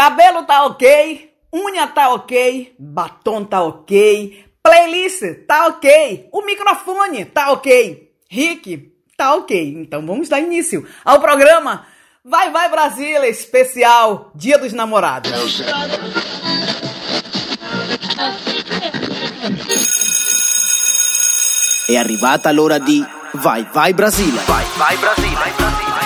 Cabelo tá ok, unha tá ok, batom tá ok, playlist tá ok, o microfone tá ok, Rick tá ok. Então vamos dar início ao programa Vai Vai Brasília especial Dia dos Namorados. È arrivata l'ora di Vai Vai Brasile. Vai Vai Brasile.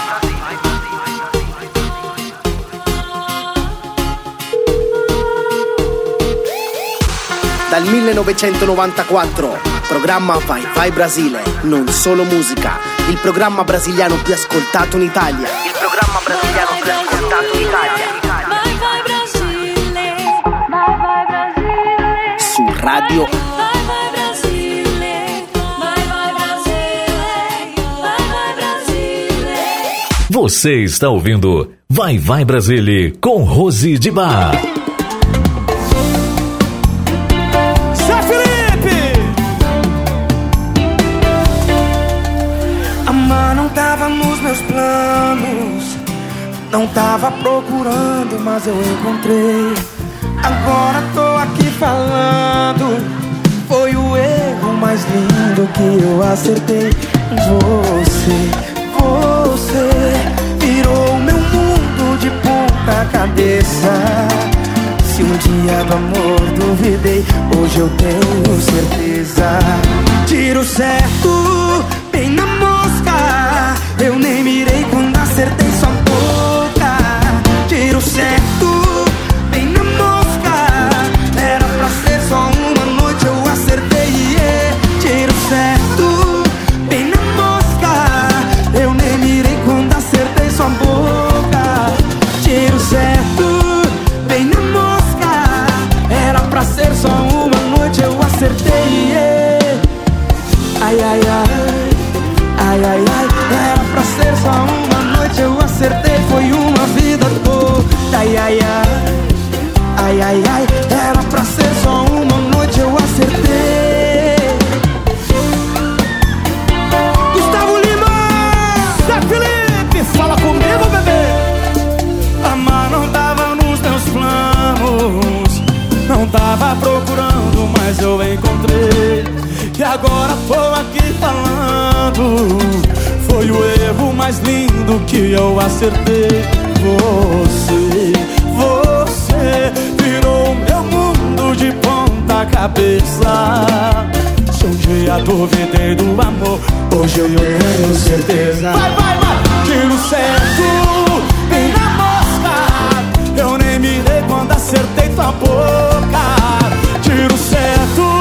Dal 1994, programma Vai Vai Brasile, non solo musica, il programma brasiliano più ascoltato in Italia. Il programma brasiliano più ascoltato in Italia. Vai Vai Brasile, Vai Vai Brasile. Su Radio Vai Vai Brasile, Vai Vai Brasile, Vai Vai Brasile. Você está ouvindo Vai Vai Brasile com Rose de Bar. Planos, não tava procurando, mas eu encontrei. Agora tô aqui falando. Foi o erro mais lindo que eu acertei. Você virou o meu mundo de ponta cabeça. Se um dia do amor duvidei, hoje eu tenho certeza. Tiro certo, bem na mosca. Eu nem mirei quando acertei sua boca. Tiro certo, bem na mosca. Era pra ser só uma noite, eu acertei, yeah. Tiro certo, bem na mosca. Eu nem mirei quando acertei sua boca. Tiro certo, bem na mosca. Era pra ser só uma noite, eu acertei, yeah. Ai, ai, ai. Ai, ai, ai, era pra ser só uma noite, eu acertei, foi uma vida toda. Ai, ai, ai, ai, ai, ai, era pra ser só uma noite, eu acertei. Gustavo Lima, Zé Felipe, fala comigo, bebê. Amar não tava nos meus planos, não tava procurando, mas eu encontrei. E agora tô aqui falando. Foi o erro mais lindo que eu acertei. Você virou meu mundo de ponta cabeça. Se um dia duvidei do amor, hoje eu tenho certeza. Vai, vai, vai! Tiro certo, bem na mosca. Eu nem mirei quando acertei tua boca. Tiro certo,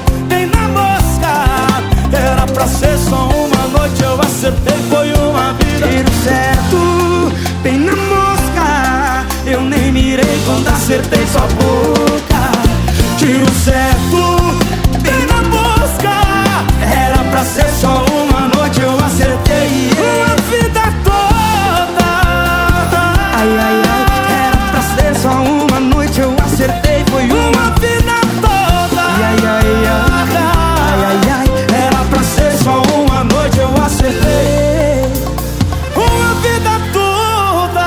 era pra ser só uma noite, eu acertei, foi uma vida. Tiro certo, bem na mosca. Eu nem mirei quando acertei sua boca. Tiro certo, bem na mosca. Era pra ser só uma noite, eu acertei, yeah. Uma vida toda. Ai, ai, ai, era pra ser só uma noite, eu acertei, foi uma vida toda. Ai, ai, ai, ai, ai, ai. Só uma noite eu acertei, uma vida toda.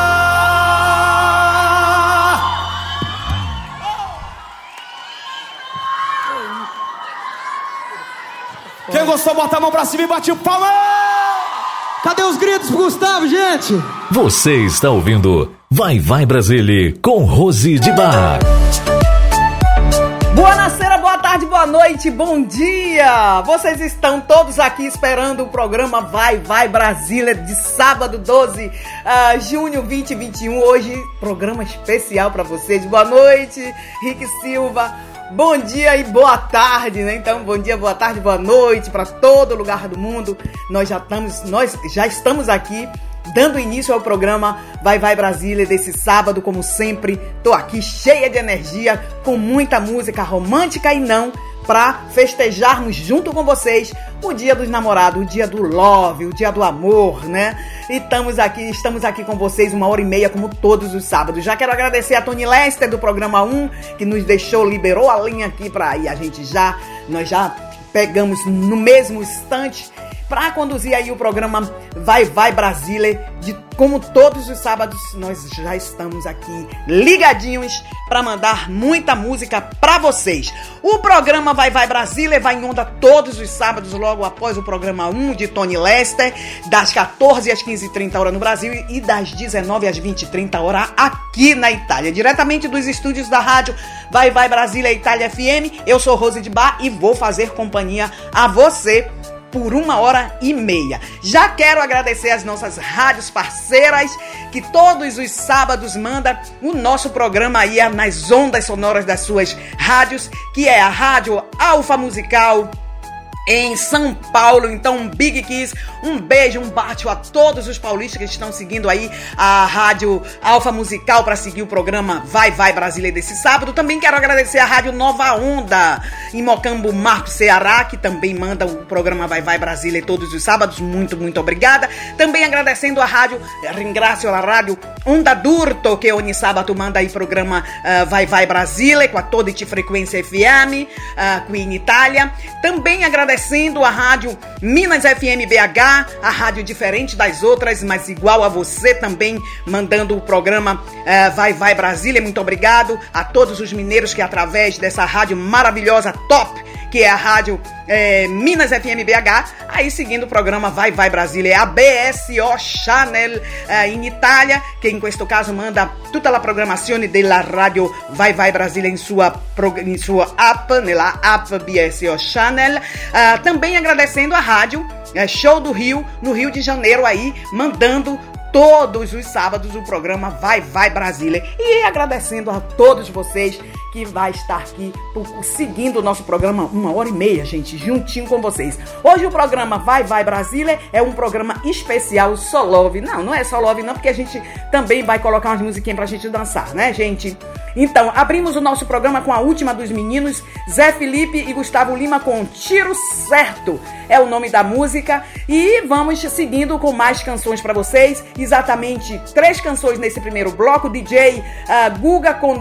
Quem gostou, bota a mão pra cima e bate o palma. Cadê os gritos pro Gustavo, gente? Você está ouvindo Vai Vai Brasile com Rose de Bar. Buonasera, boa tarde, boa noite, bom dia! Vocês estão todos aqui esperando o programa Vai Vai Brasília de sábado 12 de junho 2021. Hoje, programa especial para vocês. Boa noite, Rick Silva. Bom dia e boa tarde, né? Então, bom dia, boa tarde, boa noite para todo lugar do mundo. Nós já estamos aqui dando início ao programa Vai Vai Brasília desse sábado, como sempre. Tô aqui cheia de energia, com muita música romântica e não, para festejarmos junto com vocês o Dia dos Namorados, o Dia do Love, o Dia do Amor, né? E estamos aqui com vocês 1h30, como todos os sábados. Já quero agradecer a Tony Lester do programa 1, que nos liberou a linha aqui para ir. Nós já pegamos no mesmo instante para conduzir aí o programa Vai Vai Brasília. Como todos os sábados, nós já estamos aqui ligadinhos para mandar muita música para vocês. O programa Vai Vai Brasília vai em onda todos os sábados, logo após o programa 1 de Tony Lester, das 14 às 15h30 horas no Brasil e das 19 às 20h30 horas aqui na Itália. Diretamente dos estúdios da rádio Vai Vai Brasília Itália FM, eu sou Rose de Bar e vou fazer companhia a você por 1h30. Já quero agradecer as nossas rádios parceiras que todos os sábados mandam o nosso programa aí nas ondas sonoras das suas rádios, que é a Rádio Alfa Musical em São Paulo. Então, um big kiss, um beijo, um bate a todos os paulistas que estão seguindo aí a Rádio Alfa Musical para seguir o programa Vai Vai Brasília desse sábado. Também quero agradecer a Rádio Nova Onda em Mocambo, Marco, Ceará, que também manda o programa Vai Vai Brasília todos os sábados. Muito, muito obrigada. Também agradecendo a Rádio Ringrazio a Rádio Onda d'Urto, que ogni sábado manda aí programa Vai Vai Brasília com a Todici Frequência FM aqui em Itália. Também agradecendo a Rádio Minas FM BH, a rádio diferente das outras, mas igual a você também, mandando o programa Vai Vai Brasília. Muito obrigado a todos os mineiros que através dessa rádio maravilhosa, top, que é a Rádio Minas FM BH, aí seguindo o programa Vai Vai Brasília, é a BSO Channel em Itália, que em questo caso manda tutta la programmazione della Radio Vai Vai Brasília em sua app, nella app BSO Channel. Também agradecendo a Rádio Show do Rio, no Rio de Janeiro, aí mandando todos os sábados o programa Vai Vai Brasília. E agradecendo a todos vocês que vai estar aqui seguindo o nosso programa 1h30, gente, juntinho com vocês. Hoje o programa Vai Vai Brasília é um programa especial só love. Não é só love não, porque a gente também vai colocar umas musiquinhas pra gente dançar, né, gente? Então, abrimos o nosso programa com a última dos meninos, Zé Felipe e Gustavo Lima com Tiro Certo, é o nome da música. E vamos seguindo com mais canções pra vocês, exatamente 3 canções nesse primeiro bloco. DJ Guga com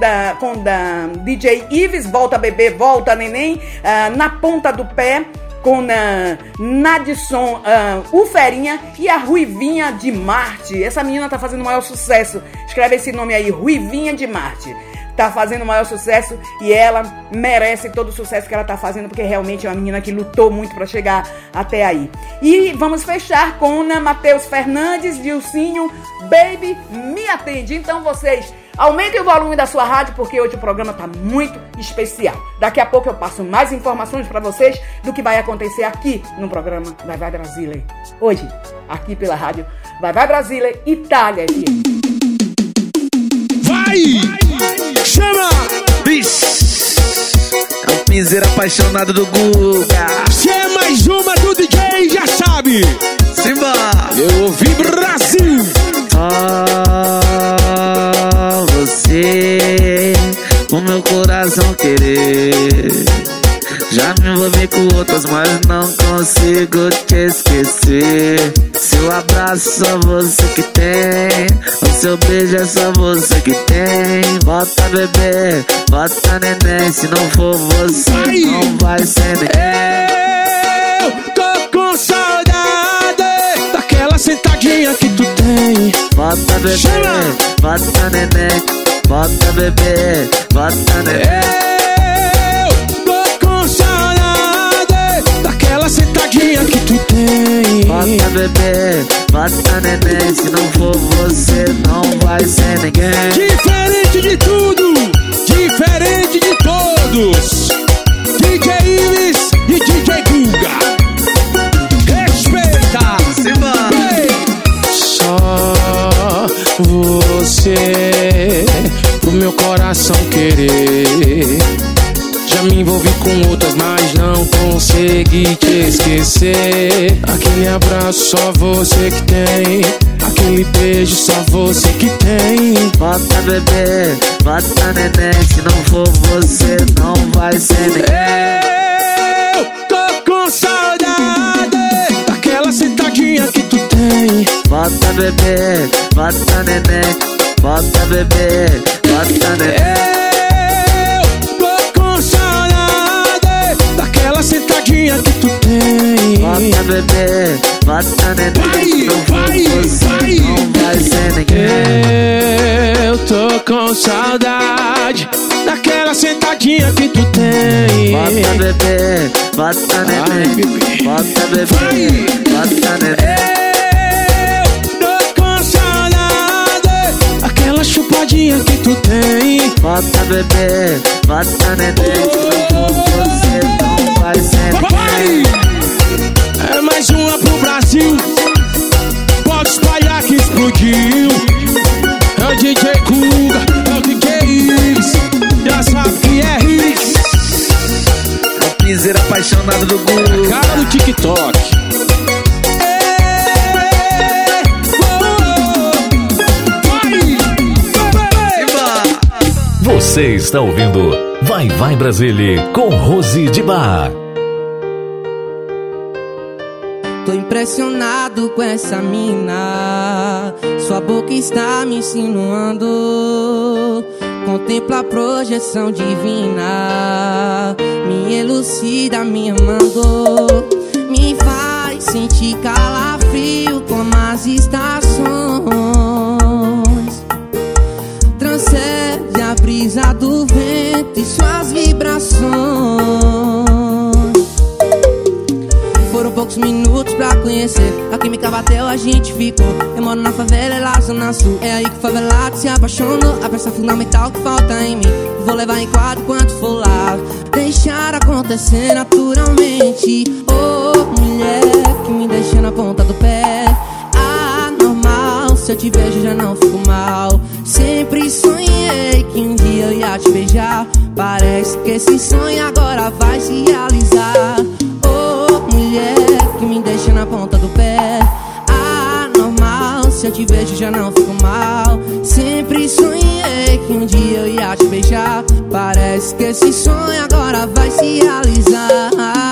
DJ Ives, Volta Bebê, Volta Neném, Na Ponta do Pé, com Nadson Uferinha e a Ruivinha de Marte. Essa menina tá fazendo o maior sucesso, escreve esse nome aí, Ruivinha de Marte. Tá fazendo o maior sucesso e ela merece todo o sucesso que ela tá fazendo, porque realmente é uma menina que lutou muito pra chegar até aí. E vamos fechar com Matheus Fernandes, Dilcinho, Baby, Me Atende. Então vocês aumentem o volume da sua rádio, porque hoje o programa tá muito especial. Daqui a pouco eu passo mais informações pra vocês do que vai acontecer aqui no programa Vai Vai Brasília. Hoje, aqui pela rádio Vai Vai Brasília, Itália FM. Vai! Chama! É um piseiro apaixonado do Guga. Se é mais uma do DJ, já sabe. Simba! Eu ouvi Brasil. Você, o meu coração querer. Já me envolvi com outras, mas não consigo te esquecer. Seu abraço só você que tem, o seu beijo é só você que tem. Volta bebê, volta neném, se não for você não vai ser ninguém. Eu tô com saudade daquela sentadinha que tu tem. Volta bebê, volta neném, volta bebê, volta neném. Aquela sentadinha que tu tem. Bota bebê, bota neném, se não for você não vai ser ninguém. Diferente de tudo, diferente de todos, DJ Ives e DJ Guga. Respeita, Simba! Só você, pro meu coração querer. Já me envolvi com outras, mas não consegui te esquecer. Aquele abraço só você que tem, aquele beijo só você que tem. Bota bebê, bota neném, se não for você não vai ser ninguém. Eu tô com saudade daquela sentadinha que tu tem. Bota bebê, bota neném, bota bebê, bota neném. Aquela sentadinha que tu tem. Bota bebê, bota neném. Não vou você, não vai ser ninguém. Eu tô com saudade daquela sentadinha que tu tem. Bota bebê, bota neném. Bota bebê, bota neném. Eu tô com saudade daquela chupadinha que tu tem. Bota bebê, bota neném. Não vou você, não vai ser ninguém. É mais uma pro Brasil. Pode espalhar que explodiu. É o DJ Kuga, é o DJ Iris. Já sabe que é Riz. É o piseiro apaixonado do Google. Cara do TikTok. Você está ouvindo Vai Vai Brasília com Rose de Bar. Tô impressionado com essa mina. Sua boca está me insinuando. Contempla a projeção divina. Me elucida, me amando. Me faz sentir calafrio como as estações. Transcende a brisa do vento e suas vibrações. Foram poucos minutos pra conhecer. A química bateu, a gente ficou. Eu moro na favela, ela zona sul. É aí que o favelado se apaixonou. A peça fundamental que falta em mim. Vou levar em quadro enquanto for lá. Deixar acontecer naturalmente. Oh, mulher que me deixa na ponta do pé. Anormal, se eu te vejo já não fico mal. Sempre sonhei que um dia eu ia te beijar. Parece que esse sonho agora vai se realizar. Mulher que me deixa na ponta do pé. Anormal, se eu te vejo já não fico mal. Sempre sonhei que um dia eu ia te beijar. Parece que esse sonho agora vai se realizar.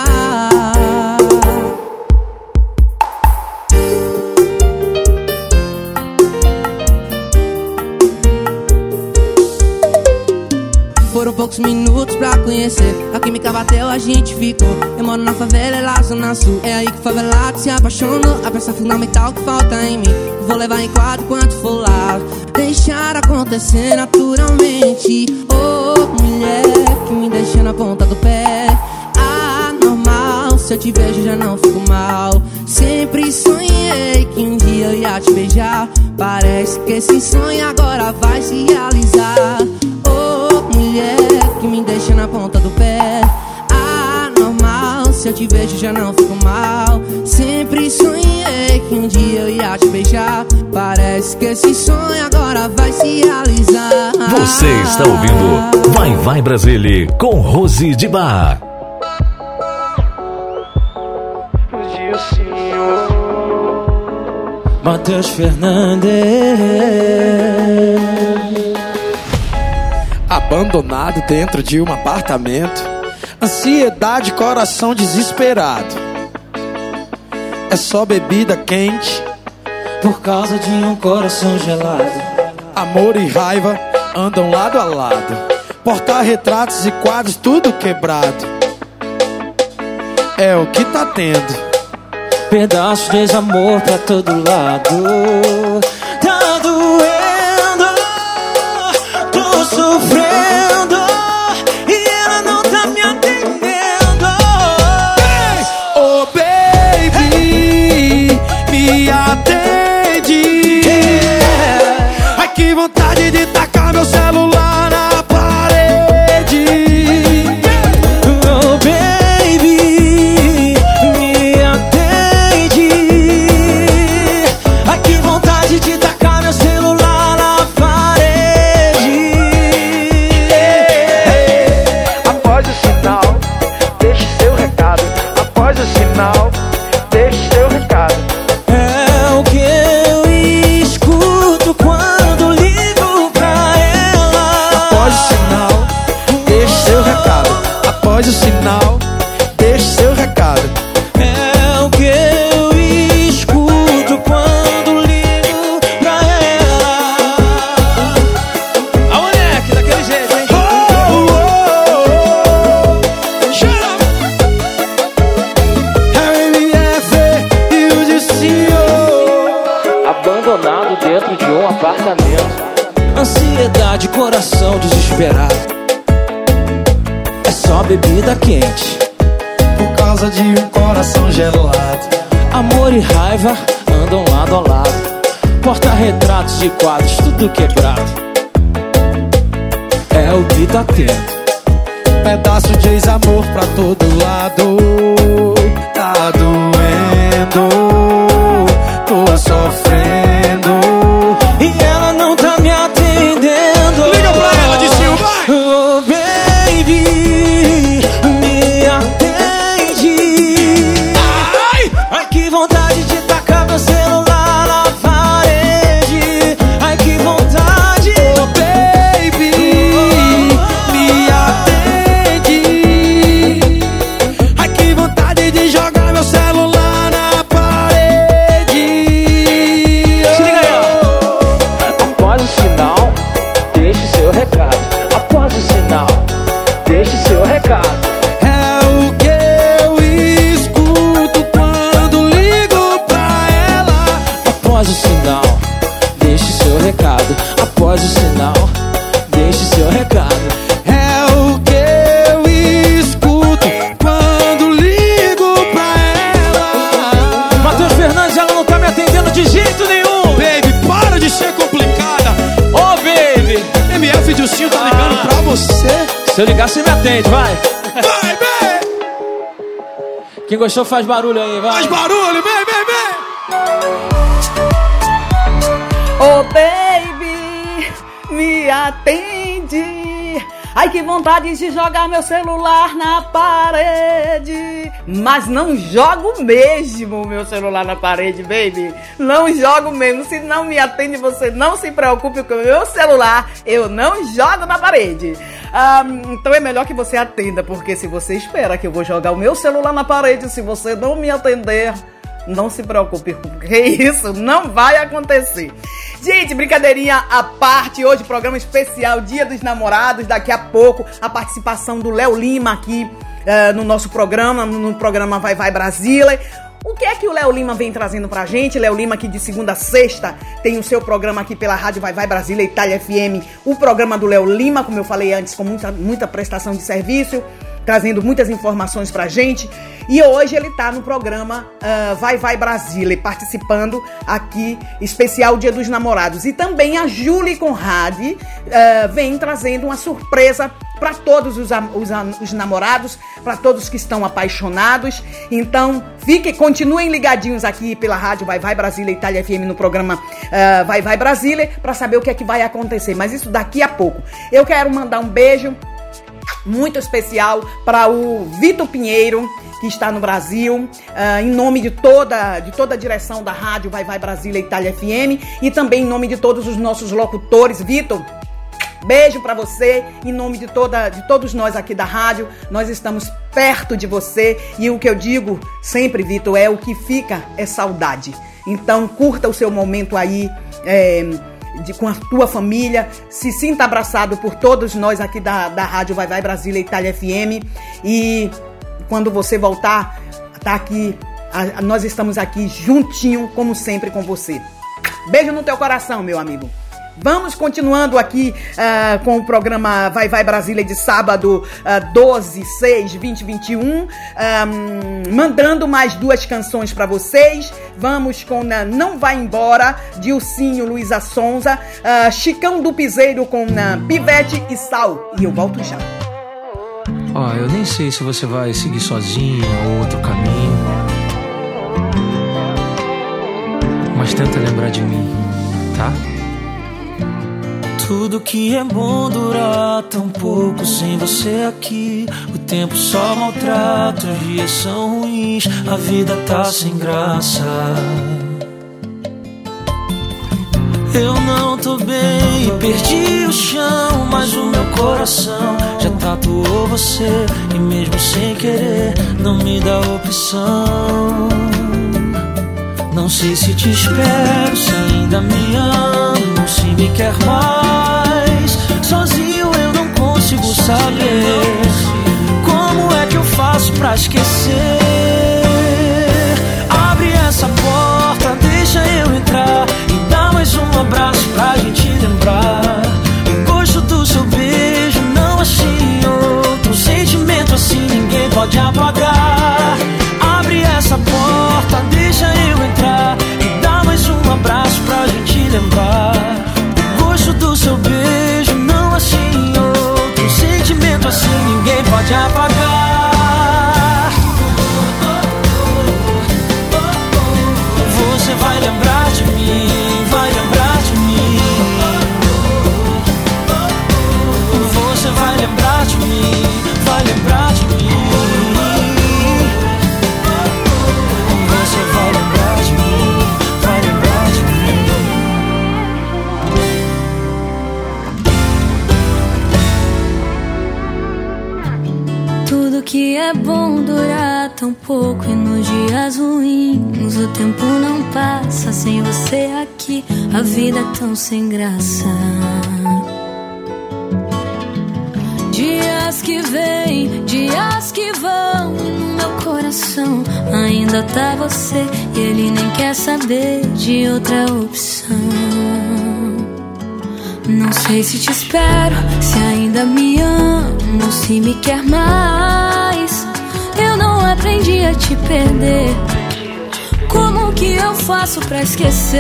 Foram poucos minutos pra conhecer. A química bateu, a gente ficou. Eu moro na favela, ela zona sul. É aí que o favelado se apaixonou. A peça fundamental que falta em mim. Vou levar em quadro enquanto for lá. Deixar acontecer naturalmente. Oh, mulher que me deixa na ponta do pé. Anormal, se eu te vejo já não fico mal. Sempre sonhei que um dia eu ia te beijar. Parece que esse sonho agora vai se realizar. Mulher que me deixa na ponta do pé. Anormal, se eu te vejo já não fico mal. Sempre sonhei que um dia eu ia te beijar. Parece que esse sonho agora vai se realizar. Você está ouvindo Vai Vai Brasília com Rose de Bar. Matheus Fernandes. Abandonado dentro de um apartamento. Ansiedade, coração desesperado. É só bebida quente por causa de um coração gelado. Amor e raiva andam lado a lado. Porta-retratos e quadros tudo quebrado. É o que tá tendo. Pedaços de desamor pra todo lado. Tá doendo, tô sofrendo e ela não tá me atendendo. Oh baby, me atende. Ai que vontade de tacar meu celular na parede. Oh baby, me atende. Ai que vontade de tacar meu celular na parede. Após o sinal, deixe seu recado. Após o sinal, deixe seu recado. É o que eu escuto quando ligo pra ela. Após o sinal, deixe seu recado. Após o sinal, deixe seu recado. É o que eu escuto quando ligo pra ela. A moleque daquele jeito, hein? RMF e o de desesperado. É só bebida quente por causa de um coração gelado. Amor e raiva andam lado a lado. Porta-retratos de quadros, tudo quebrado. É o que tá tendo. Pedaço de ex-amor pra todo lado. Tá doendo, tô sofrendo e ela não tá me atendendo. Liga pra ela, Dilcinho, vai! Oh baby, me atende. Ai, que vontade de tacar meu celular na parede. Ai, que vontade. Oh baby, me atende. Ai, que vontade de jogar meu celular na parede. Se liga aí, ó. Após o sinal, deixe seu recado. Após o sinal, deixe seu recado. É o que eu escuto quando ligo pra ela. Após o sinal, deixe seu recado. Após o sinal, deixe seu recado. É o que eu escuto quando ligo pra ela. Matheus Fernandes, ela não tá me atendendo de jeito nenhum. Baby, para de ser complicada. Ô, baby, MF Dilcinho tá ligando pra você. se eu ligar, você me atende, vai. Vai, vem! Quem gostou faz barulho aí, vai. Faz barulho, vem, vem, vem! Oh baby, me atende. Ai, que vontade de jogar meu celular na parede. Mas não jogo mesmo meu celular na parede, baby. Não jogo mesmo. Se não me atende, você não se preocupe com o meu celular. Eu não jogo na parede. Então é melhor que você atenda, porque se você espera que eu vou jogar o meu celular na parede, se você não me atender, não se preocupe, porque isso não vai acontecer. Gente, brincadeirinha à parte, hoje programa especial Dia dos Namorados, daqui a pouco a participação do Léo Lima aqui no nosso programa, no programa Vai Vai Brasília. O que é que o Léo Lima vem trazendo pra gente? Léo Lima que de segunda a sexta tem o seu programa aqui pela Rádio Vai Vai Brasília, Itália FM, o programa do Léo Lima, como eu falei antes, com muita prestação de serviço, trazendo muitas informações pra gente. E hoje ele tá no programa Vai Vai Brasília, participando aqui, especial Dia dos Namorados. E também a Julie Conradi vem trazendo uma surpresa para todos os namorados, para todos que estão apaixonados. Então, continuem ligadinhos aqui pela Rádio Vai Vai Brasília, Itália FM, no programa Vai Vai Brasília, para saber o que é que vai acontecer. Mas isso daqui a pouco. Eu quero mandar um beijo muito especial para o Vitor Pinheiro, que está no Brasil, em nome de toda a direção da Rádio Vai Vai Brasília, Itália FM, e também em nome de todos os nossos locutores. Vitor, beijo pra você, em nome de todos nós aqui da rádio. Nós estamos perto de você, e o que eu digo sempre, Vitor, é o que fica é saudade. Então curta o seu momento aí com a tua família, se sinta abraçado por todos nós aqui da Rádio Vai Vai Brasília, Itália FM, e quando você voltar, tá aqui, nós estamos aqui juntinho, como sempre, com você. Beijo no teu coração, meu amigo. Vamos continuando aqui com o programa Vai Vai Brasília de sábado 12/6/2021, mandando mais 2 canções para vocês. Vamos com Não Vai Embora, Dilcinho, Luísa Sonza, Chicão do Piseiro com Pivete e Sal. E eu volto já. Eu nem sei se você vai seguir sozinho ou outro caminho, mas tenta lembrar de mim, tá? Tudo que é bom dura tão pouco sem você aqui. O tempo só maltrata, os dias são ruins, a vida tá sem graça. Eu não tô bem, perdi o chão, mas o meu coração já tatuou você. E mesmo sem querer, não me dá opção. Não sei se te espero, se ainda me amo, se me quer mais. Sozinho eu não consigo saber como é que eu faço pra esquecer. Abre essa porta, deixa eu entrar e dá mais um abraço pra gente lembrar o gosto do seu beijo pode apagar. Você vai lembrar de mim, vai lembrar de mim. Você vai lembrar de mim, vai lembrar de mim. Você vai lembrar de mim, vai lembrar de mim. Tudo que é bom dura tão pouco, e nos dias ruins o tempo não passa sem você aqui. A vida é tão sem graça. Dias que vêm, dias que vão, e no meu coração ainda tá você, e ele nem quer saber de outra opção. Não sei se te espero, se ainda me amo, se me quer mais. Eu não aprendi a te perder. Como que eu faço pra esquecer?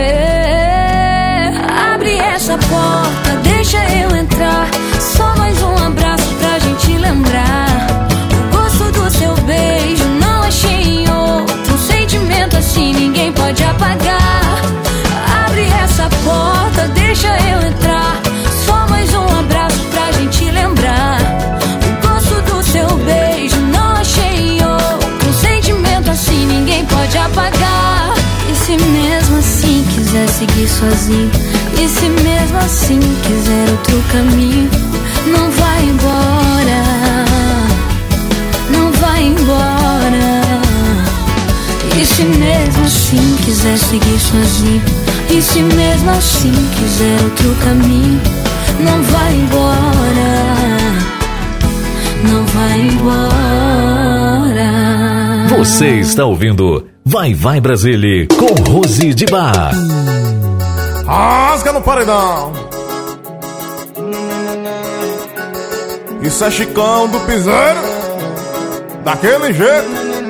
Abre essa porta, deixa eu entrar. Só mais um abraço pra gente lembrar. O gosto do seu beijo não achei em outro. Um sentimento assim ninguém pode apagar. Abre essa porta, deixa eu entrar. Só mais um abraço pra gente lembrar. O gosto do seu beijo não achei em outro. Um sentimento assim ninguém pode apagar. E se mesmo assim quiser seguir sozinho, e se mesmo assim quiser outro caminho, não vai embora, não vai embora. E se mesmo assim quiser seguir sozinho, e se mesmo assim quiser outro caminho, não vai embora, não vai embora. Você está ouvindo Vai Vai Brasília com Rose de Bar. Rasga no paredão. Isso é Chicão do Piseiro, daquele jeito.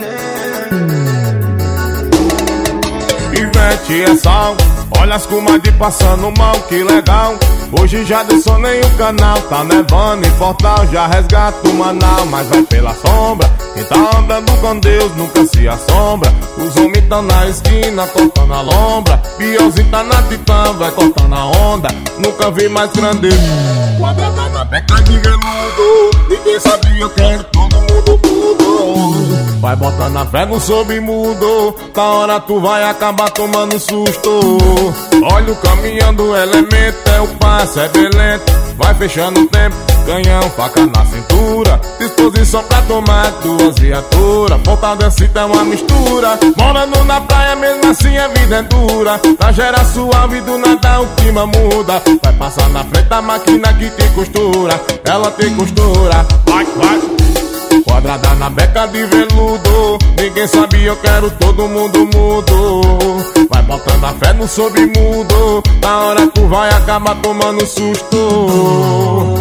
Ivete é sal, olha as comadres passando mal, que legal. Hoje já dessonei o canal, tá nevando em Portal, já resgato o Manaus. Mas vai pela sombra, quem tá andando com Deus nunca se assombra. Os homens tão na esquina, cortando a lombra. Bielzinho tá na Titã, vai cortando a onda. Nunca vi mais grandeza. Quadrada na beca de veludo, ninguém sabia que era todo mundo mudo. Vai botando a fé no sob mudo, tá hora tu vai acabar tomando susto. Olha o caminhão do elemento, é o passo, é belento. Vai fechando o tempo, canhão, faca na cintura. Disposição pra tomar duas viaturas. Ponta Cita é uma mistura. Morando na praia, mesmo assim a vida é dura. Na gera suave, do nada o clima muda. Vai passar na frente a máquina que te costura. Ela te costura, vai, vai. Quadrada na beca de veludo, ninguém sabia, eu quero todo mundo mudo. Vai botando a fé no sob mudo, na hora tu vai acabar tomando susto.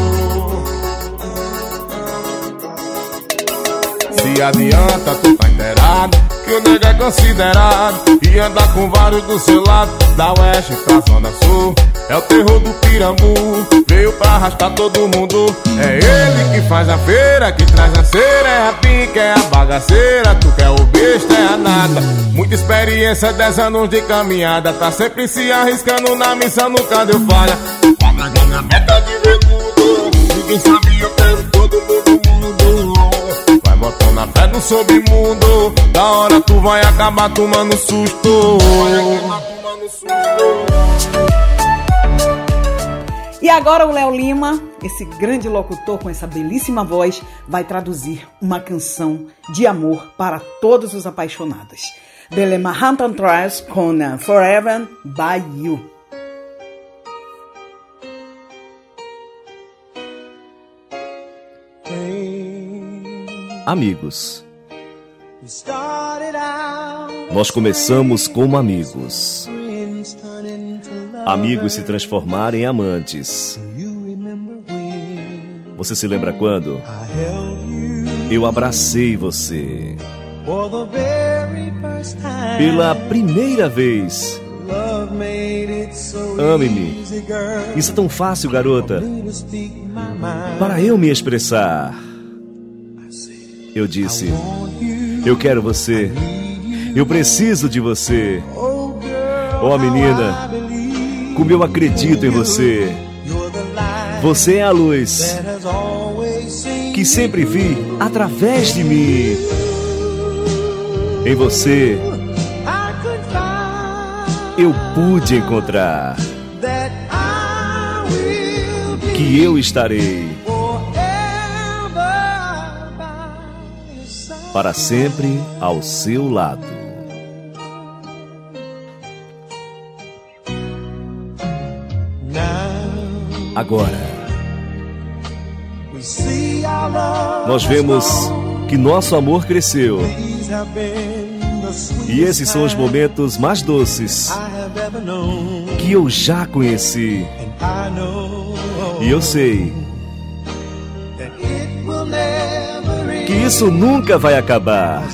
Se adianta, tu tá inteirado, que o nego é considerado e anda com vários do seu lado. Da oeste pra zona sul, é o terror do Pirambu. Veio pra arrastar todo mundo. É ele que faz a feira, que traz a cera. É a pica, é a bagaceira. Tu quer o besta, é a nada. Muita experiência, 10 anos de caminhada. Tá sempre se arriscando na missão, nunca deu falha. Quadrada na meta de veludo, ninguém sabia, eu quero todo mundo mundo. Vai botando a fé no submundo, da hora tu vai acabar tomando susto. Vai acabar tomando susto. E agora o Léo Lima, esse grande locutor com essa belíssima voz, vai traduzir uma canção de amor para todos os apaixonados. The Manhattan Trials com Forever by You. Amigos. Nós começamos como amigos. Amigos se transformaram em amantes. Você se lembra quando? Eu abracei você. Pela primeira vez. Ame-me. Isso é tão fácil, garota. Para eu me expressar. eu disse: eu quero você, eu preciso de você. Oh menina, como eu acredito em você. Você é a luz que sempre vi através de mim. Em você eu pude encontrar que eu estarei para sempre ao seu lado. Agora, nós vemos que nosso amor cresceu. E esses são os momentos mais doces que eu já conheci. E eu sei que isso nunca vai acabar.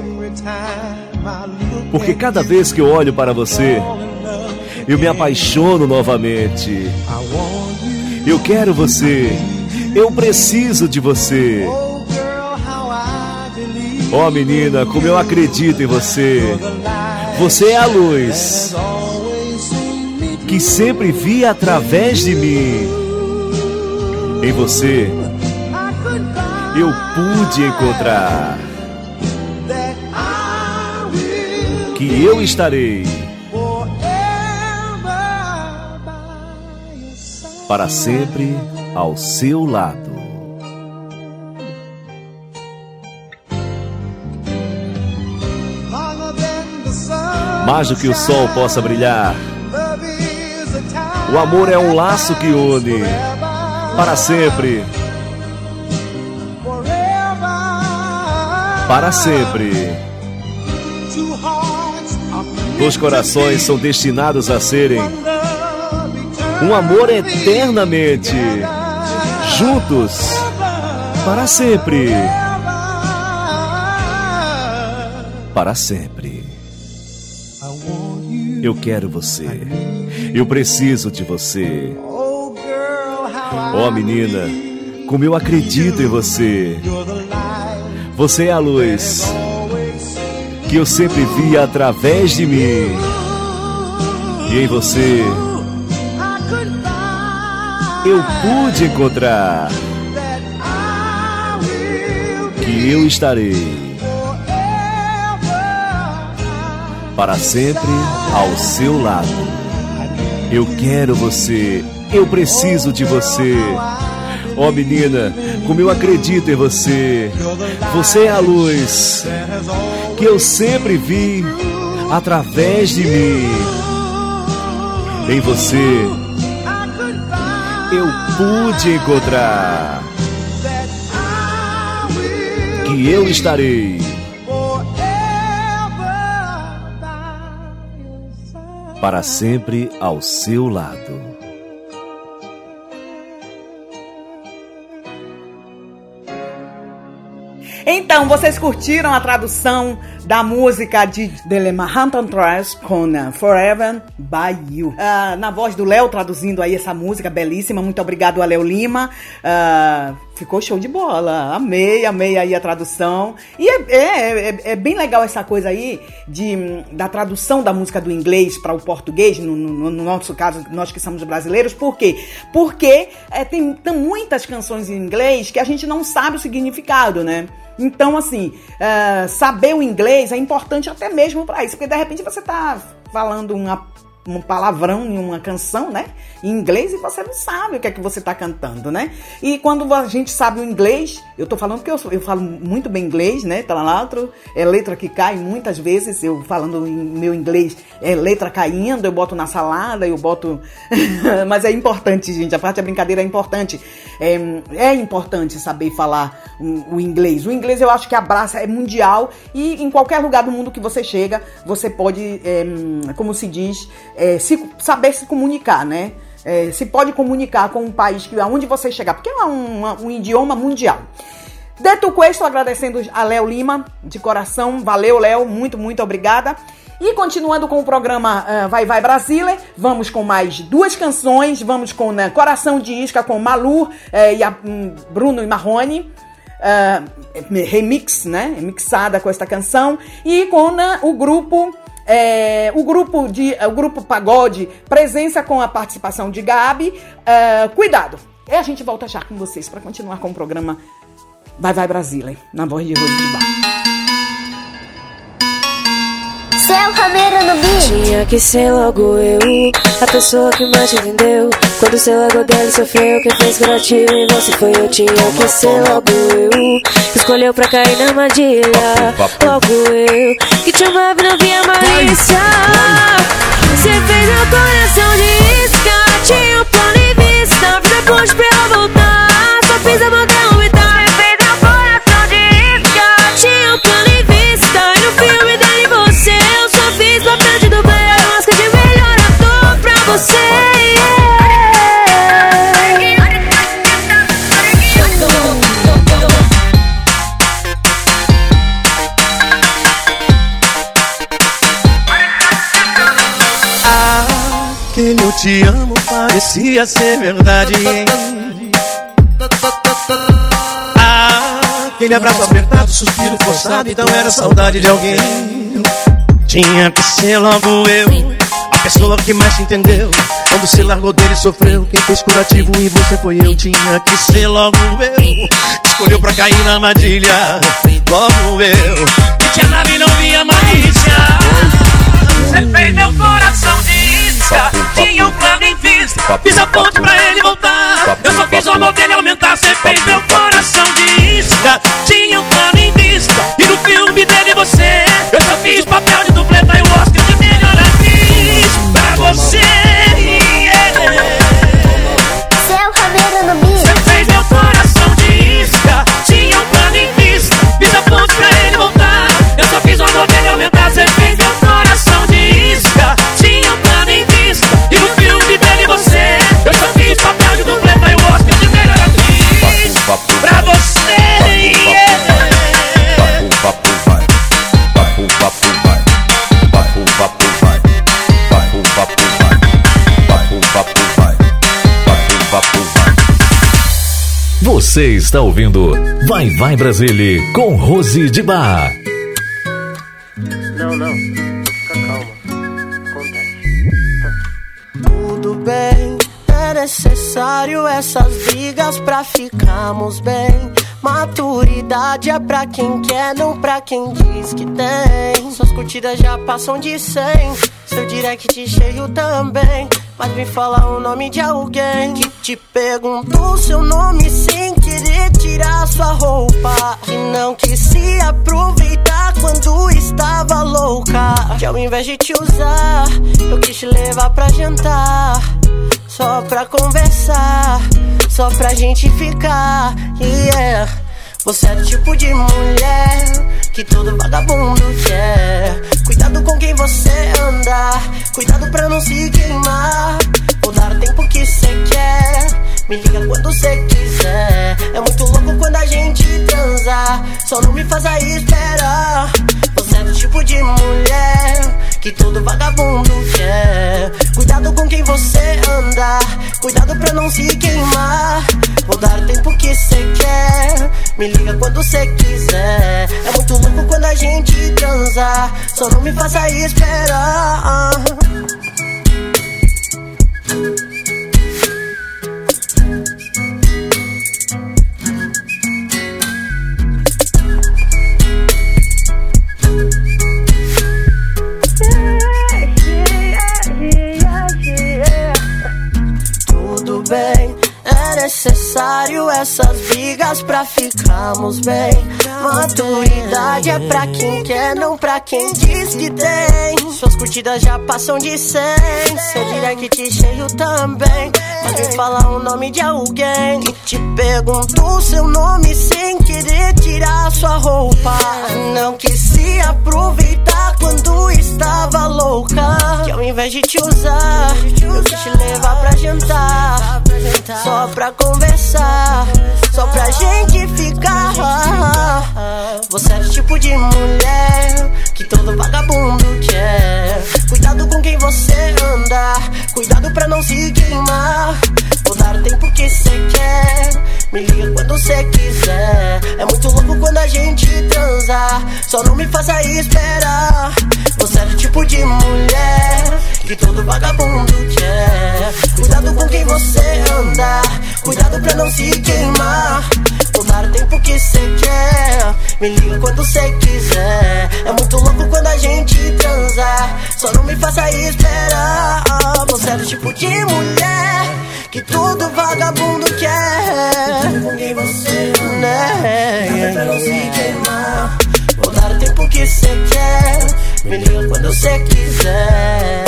Porque cada vez que eu olho para você, eu me apaixono novamente. Eu quero você. Eu preciso de você. Oh menina, como eu acredito em você. Você é a luz que sempre vi através de mim. Em você eu pude encontrar que eu estarei para sempre ao seu lado. Mais do que o sol possa brilhar, o amor é um laço que une para sempre. Para sempre. Dois corações são destinados a serem um amor eternamente juntos para sempre. Para sempre. Eu quero você. Eu preciso de você. Oh menina, como eu acredito em você. Você é a luz que eu sempre vi através de mim. E em você eu pude encontrar que eu estarei para sempre ao seu lado. Eu quero você. Eu preciso de você. Oh menina, como eu acredito em você. Você é a luz que eu sempre vi através de mim. Em você eu pude encontrar que eu estarei para sempre ao seu lado. Então, vocês curtiram a tradução da música de Le Manhattan Transfer com Forever by You. Na voz do Léo, traduzindo aí essa música belíssima. Muito obrigado a Léo Lima. Ficou show de bola. Amei aí a tradução. E é bem legal essa coisa aí da tradução da música do inglês para o português, no nosso caso, nós que somos brasileiros. Por quê? Porque tem muitas canções em inglês que a gente não sabe o significado, né? Então, assim, saber o inglês é importante até mesmo para isso, porque de repente você tá falando um palavrão em uma canção, né, em inglês, e você não sabe o que é que você tá cantando, né? E quando a gente sabe o inglês, eu tô falando que eu falo muito bem inglês, né, é letra que cai muitas vezes, eu falando em meu inglês, é letra caindo, eu boto na salada, eu boto... Mas é importante, gente, a parte da brincadeira é importante. É importante saber falar o inglês. O inglês eu acho que abraça, é mundial, e em qualquer lugar do mundo que você chega, você pode, como se diz, saber se comunicar, né? Se pode comunicar com um país aonde você chegar, porque é um idioma mundial. Dito questo, agradecendo a Léo Lima, de coração. Valeu, Léo, muito, muito obrigada. E continuando com o programa Vai Vai Brasília, vamos com mais duas canções. Vamos com Coração de Isca, com Malu e Bruno e Marrone. remix, né? Mixada com esta canção. E com o grupo Pagode, presença com a participação de Gabi. Cuidado. E a gente volta já com vocês para continuar com o programa Vai Vai Brasília, na voz de Rose de Bar. Seu Caveira no beat. Tinha que ser logo eu, a pessoa que mais te entendeu. Quando o seu ego dele sofreu, quem fez curativo em você foi eu. Tinha que ser logo eu, que escolheu pra cair na armadilha. Logo eu, que te amava e não via malícia. Você fez meu coração de isca. Tinha um plano em vista, fiz a ponte pra eu voltar. Só fiz a mão derrubar. Você fez meu coração de isca. Tinha um plano em vista, e no filme dele você. Eu só fiz papel de dublê, a máscara de melhor ator pra você. Aquele eu te amo parecia ser verdade, hein? Aquele abraço apertado, suspiro forçado, então era saudade de alguém. Tinha que ser logo eu, a pessoa que mais te entendeu. Quando se largou dele sofreu, quem fez curativo e você foi eu. Tinha que ser logo eu, escolheu pra cair na armadilha. Logo eu, que te amava e não via malícia. Você fez meu coração de isca. Tinha um plano em vista, fiz a ponte pra ele voltar. Eu só fiz o amor dele aumentar. Você fez meu coração de isca. Tinha um plano em vista, e no filme dele você. Eu só fiz papel de dubleta e o Oscar de melhor atriz pra você. Seu Caveira no beat. Você fez meu coração de isca. Tinha um plano em vista, fiz a ponte pra ele voltar. Eu só fiz o amor dele aumentar. Você fez meu coração de isca. Tinha um plano em vista, e no filme dele você. Eu só fiz papel de dubleta e o Oscar de melhor atriz pra você. Você está ouvindo Vai Vai Brasília com Rose de Bar. Não, fica calma, acontece. Tudo bem, é necessário essas brigas pra ficarmos bem. Maturidade é pra quem quer, não pra quem diz que tem. Suas curtidas já passam de 100, seu direct cheio também. Mas me fala o nome de alguém que te perguntou seu nome sem querer tirar sua roupa, que não quis se aproveitar quando estava louca, que ao invés de te usar, eu quis te levar pra jantar, só pra conversar, só pra gente ficar, yeah. Você é o tipo de mulher que todo vagabundo quer. Cuidado com quem você anda, cuidado pra não se queimar. Vou dar o tempo que cê quer, me liga quando cê quiser. É muito louco quando a gente transa, só não me faça esperar. Você é do tipo de mulher que todo vagabundo quer. Cuidado com quem você anda, cuidado pra não se queimar. Vou dar o tempo que cê quer, me liga quando cê quiser. É muito louco quando a gente transa, só não me faça esperar. Tudo bem, é necessário essas brigas pra ficarmos bem. Maturidade é pra quem quer, não pra quem diz que tem. Suas curtidas já passam de 100, seu direct cheio também. Mas me fala o nome de alguém que te perguntou seu nome sem querer tirar sua roupa, não quis se aproveitar quando estava louca, que ao invés de te usar, eu quis te levar pra jantar, só pra conversar, só pra gente ficar. Você é o tipo de mulher que todo vagabundo quer. Cuidado com quem você anda, cuidado pra não se queimar. Vou dar o tempo que cê quer, me liga quando cê quiser. É muito louco quando a gente transa, só não me faça esperar. Você é o tipo de mulher que todo vagabundo quer. Cuidado com quem você anda, cuidado pra não se queimar. Vou dar o tempo que cê quer, me liga quando cê quiser. É muito louco quando a gente transa, só não me faça esperar. Você é o tipo de mulher que todo vagabundo quer. Cuidado com quem você anda, pra não se queimar. Vou dar o tempo que cê quer, me liga quando cê quiser.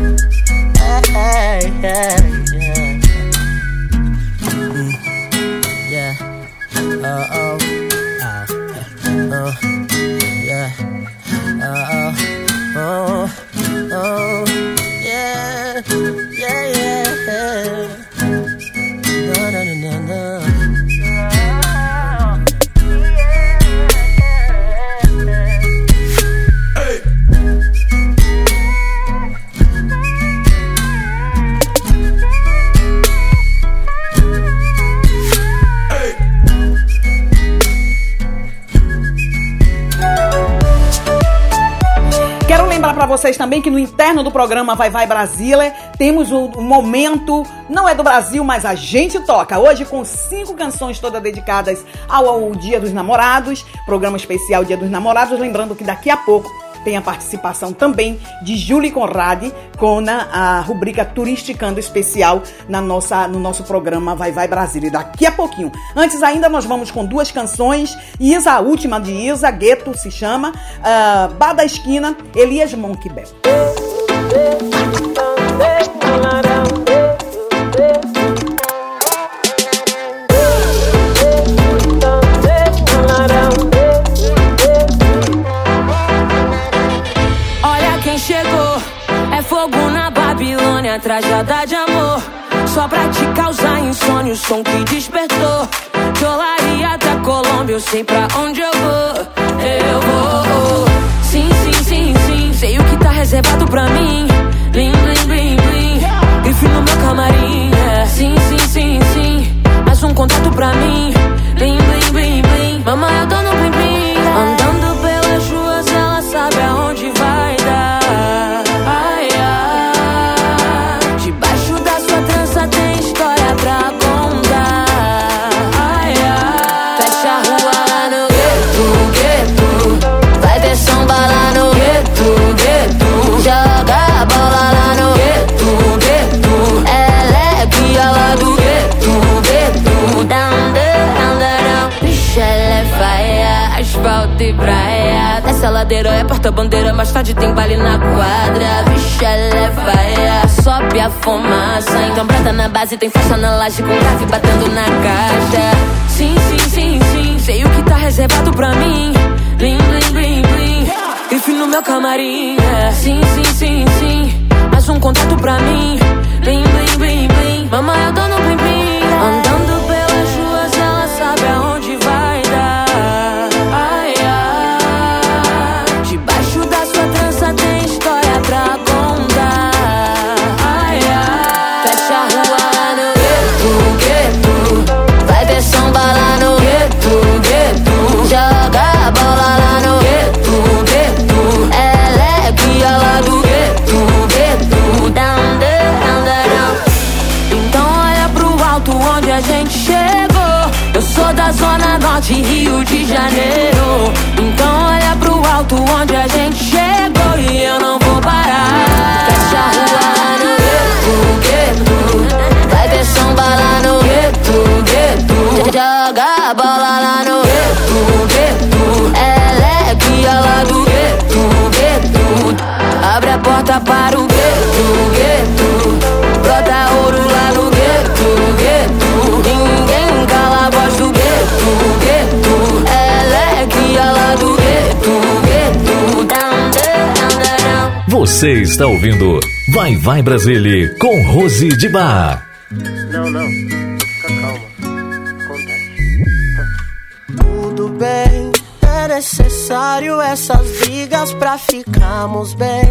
Para vocês também que no interno do programa Vai Vai Brasília temos um momento, não é do Brasil, mas a gente toca. Hoje com 5 canções todas dedicadas ao Dia dos Namorados, programa especial Dia dos Namorados. Lembrando que daqui a pouco tem a participação também de Julie Conrad com a rubrica Turisticando Especial no nosso programa Vai Vai Brasília. Daqui a pouquinho. Antes ainda nós vamos com 2 canções. Isa, a última de Isa, Gueto se chama, Bar da Esquina, Elias Monkbel. Trajada de amor, só pra te causar insônia, o som que despertou. De Olaria até Colômbia, eu sei pra onde eu vou. Eu vou. Sim, sim, sim, sim, sei o que tá reservado pra mim. Blim, blim, blim, blim, grife no meu camarim. Sim, sim, sim, sim, mais um contato pra mim. Blim, blim, blim, blim, mamãe eu tô no blim, blim. Andando pelas ruas, ela sabe aonde vai dar. Tem história pra contar. Ai, ai. Fecha a rua lá no gueto, gueto. Vai ter samba lá no gueto, gueto. Joga a bola lá no gueto, gueto. Ela é guia lá do gueto, gueto. Down, down, down. Bicha, ela é faia, asfalto e praia. Desce a ladeira, é porta-bandeira, mais tarde tem baile na quadra. Bicha, ela é faia, sobe a fumaça. Então brada na base, tem festa na laje com grave batendo na caixa. Sim, sim, sim, sim, sei o que tá reservado pra mim. Blim, blim, blim, blim, grife no meu camarim. Sim, sim, sim, sim, mais um contato pra mim. Blim, blim, blim, blim, mamãe eu tô no blim, blim. Andando pelas ruas, ela sabe aonde vai dar. Ai, ai. Debaixo da sua trança tem história pra contar. Ai, ai. Fecha a rua lá no gueto, gueto. Vai ter samba lá no gueto, gueto. Joga a bola lá no gueto, gueto. Ela é guia lá do gueto, gueto. Down, down, down. Então olha pro alto onde a gente chegou. Eu sou da Zona Norte, Rio de Janeiro. Então olha pro alto onde a gente chegou e eu não vou parar. Fecha a rua lá no gueto, gueto. Vai ter samba lá no gueto, gueto. Joga a bola lá no gueto, gueto. Ela é guia lá do gueto, gueto. Abre a porta para o gueto, gueto. Brota ouro lá no gueto, gueto. Ninguém cala a voz do gueto, gueto. Ela é guia lá do gueto, gueto. Down, down, down. Você está ouvindo Vai Vai Brasília com Rose de Bar. Não, fica calma. Acontece. Tudo bem, é necessário essas brigas pra ficarmos bem.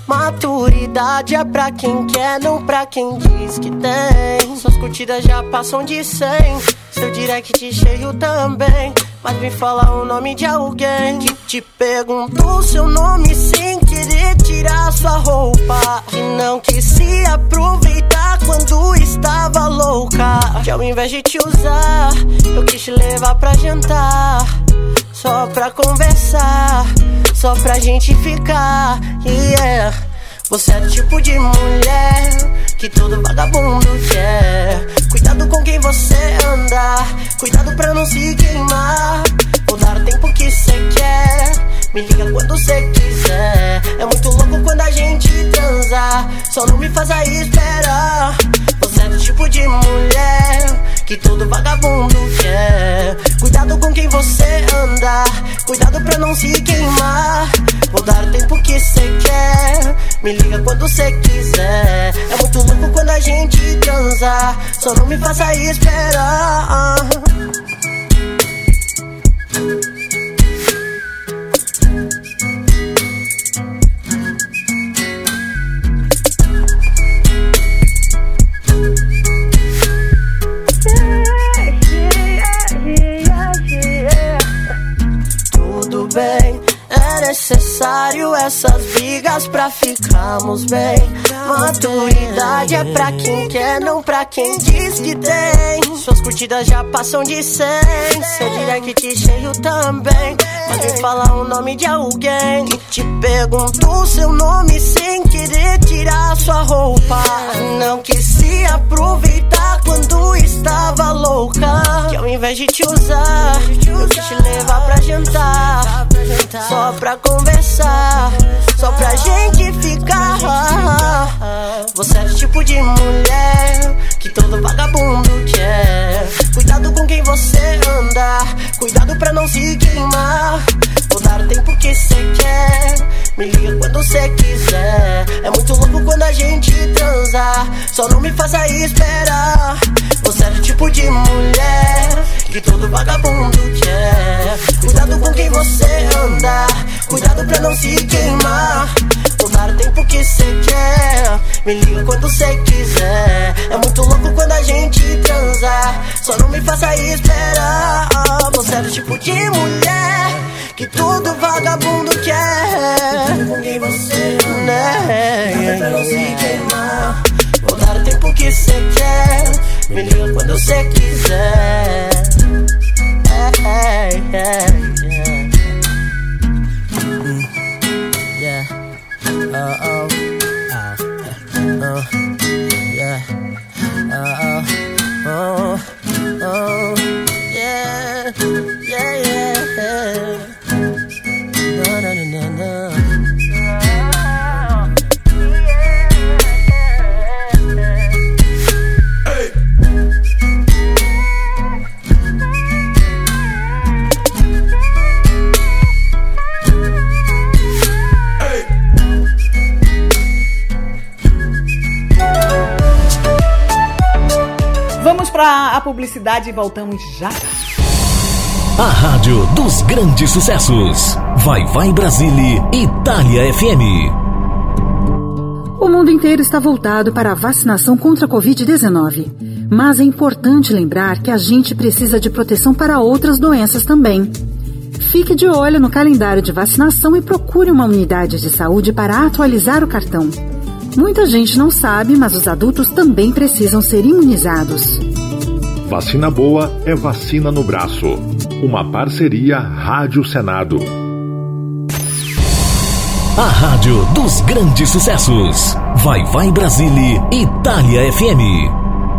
Maturidade é pra quem quer, não pra quem diz que tem. Suas curtidas já passam de 100, seu direct cheio também. Mas me fala o nome de alguém que te perguntou seu nome sem querer tirar sua roupa, que não quis se aproveitar quando estava louca, que ao invés de te usar, eu quis te levar pra jantar, só pra conversar, só pra gente ficar, yeah. Você é o tipo de mulher que todo vagabundo quer. Cuidado com quem você anda, cuidado pra não se queimar. Vou dar o tempo que cê quer, me liga quando cê quiser. É muito louco quando a gente transa, só não me faça esperar. Você é do tipo de mulher que todo vagabundo quer. Cuidado com quem você anda, cuidado pra não se queimar. Vou dar o tempo que cê quer, me liga quando cê quiser. É muito louco quando a gente transa, só não me faça esperar. Tudo bem, é necessário essas brigas pra ficarmos bem. Maturidade é pra quem quer, não pra quem diz que tem. Suas curtidas já passam de 100, seu direct cheio também. Mas me fala o nome de alguém que te perguntou seu nome sem querer tirar sua roupa, não quis se aproveitar quando estava louca, que ao invés de te usar, eu quis te levar pra jantar, só pra conversar, só pra gente ficar. Você é o tipo de mulher que todo vagabundo quer. Cuidado com quem você anda, cuidado pra não se queimar. Vou dar o tempo que cê quer, me liga quando cê quiser. É muito louco quando a gente transa, só não me faça esperar. Você é o tipo de mulher que todo vagabundo quer. Cuidado com quem você anda, cuidado pra não se queimar. Vou dar o tempo que cê quer, me liga quando cê quiser. É muito louco quando a gente transa, só não me faça esperar. Você é o tipo de mulher que todo vagabundo quer. Cuidado com quem você anda, pra não se queimar. Vou dar o tempo que cê quer, me liga quando cê quiser. Para a publicidade e voltamos já. A rádio dos grandes sucessos. Vai Vai Brasília, Itália FM. O mundo inteiro está voltado para a vacinação contra a Covid-19. Mas é importante lembrar que a gente precisa de proteção para outras doenças também. Fique de olho no calendário de vacinação e procure uma unidade de saúde para atualizar o cartão. Muita gente não sabe, mas os adultos também precisam ser imunizados. Vacina boa é vacina no braço. Uma parceria Rádio Senado. A rádio dos grandes sucessos. Vai Vai Brasília, Itália FM.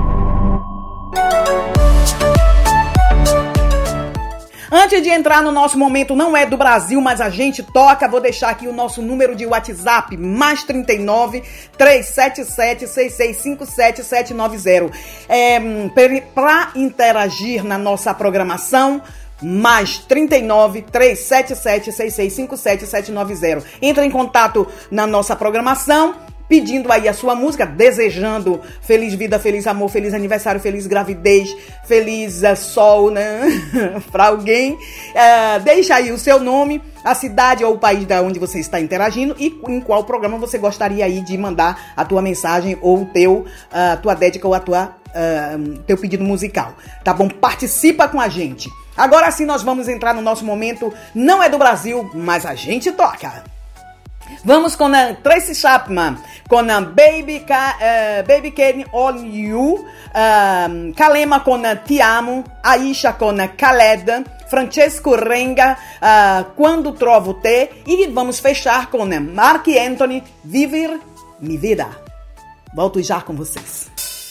Antes de entrar no nosso momento, não é do Brasil, mas a gente toca, vou deixar aqui o nosso número de WhatsApp, mais 39 377 6657 790. Para interagir na nossa programação, mais 39 377 6657 790. Entra em contato na nossa programação, pedindo aí a sua música, desejando feliz vida, feliz amor, feliz aniversário, feliz gravidez, feliz sol, né? Pra alguém. Deixa aí o seu nome, a cidade ou o país da onde você está interagindo e em qual programa você gostaria aí de mandar a tua mensagem ou a tua dédica ou a teu pedido musical, tá bom? Participa com a gente. Agora sim nós vamos entrar no nosso momento, não é do Brasil, mas a gente toca. Vamos com a Tracy Chapman, com a Baby Can On You, Kalema com a Ti Amo, Aisha com a Khaled, Francesco Renga, Quando Trovo Te, e vamos fechar com a Mark Anthony, Viver Mi Vida. Volto já com vocês.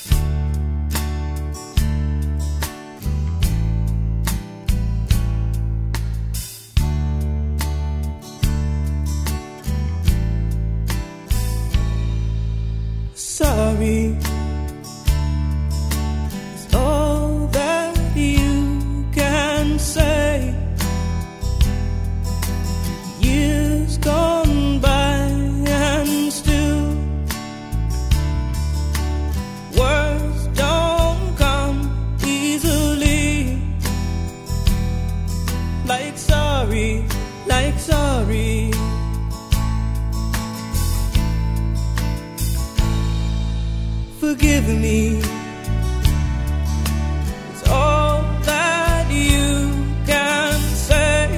Sorry, it's all that you can say. Years gone by and still words don't come easily. Like sorry, like sorry. Forgive me, it's all that you can say.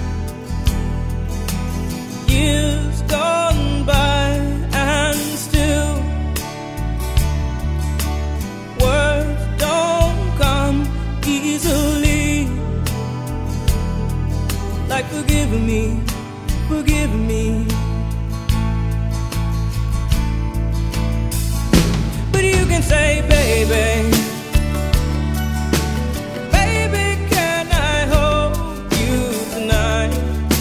Years gone by and still words don't come easily. Like forgive me, forgive me. Say, baby, baby, can I hold you tonight?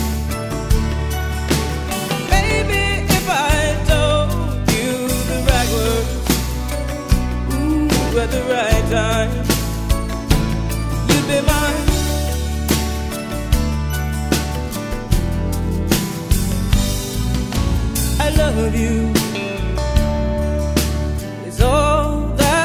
Baby, if I told you the right words, ooh, at the right time, you'd be mine. I love you. It's all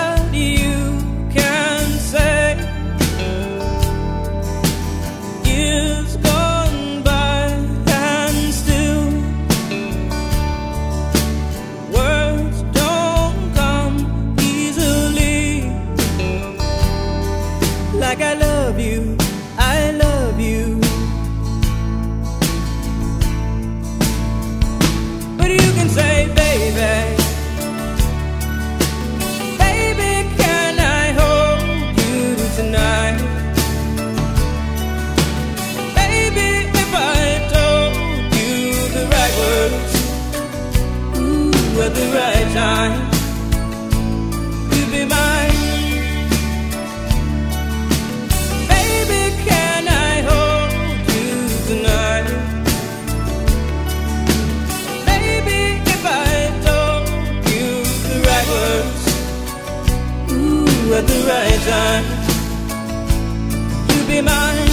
at the right time, you'll be mine. Baby, can I hold you tonight? Baby, if I told you the right words, ooh, at the right time, you'll be mine.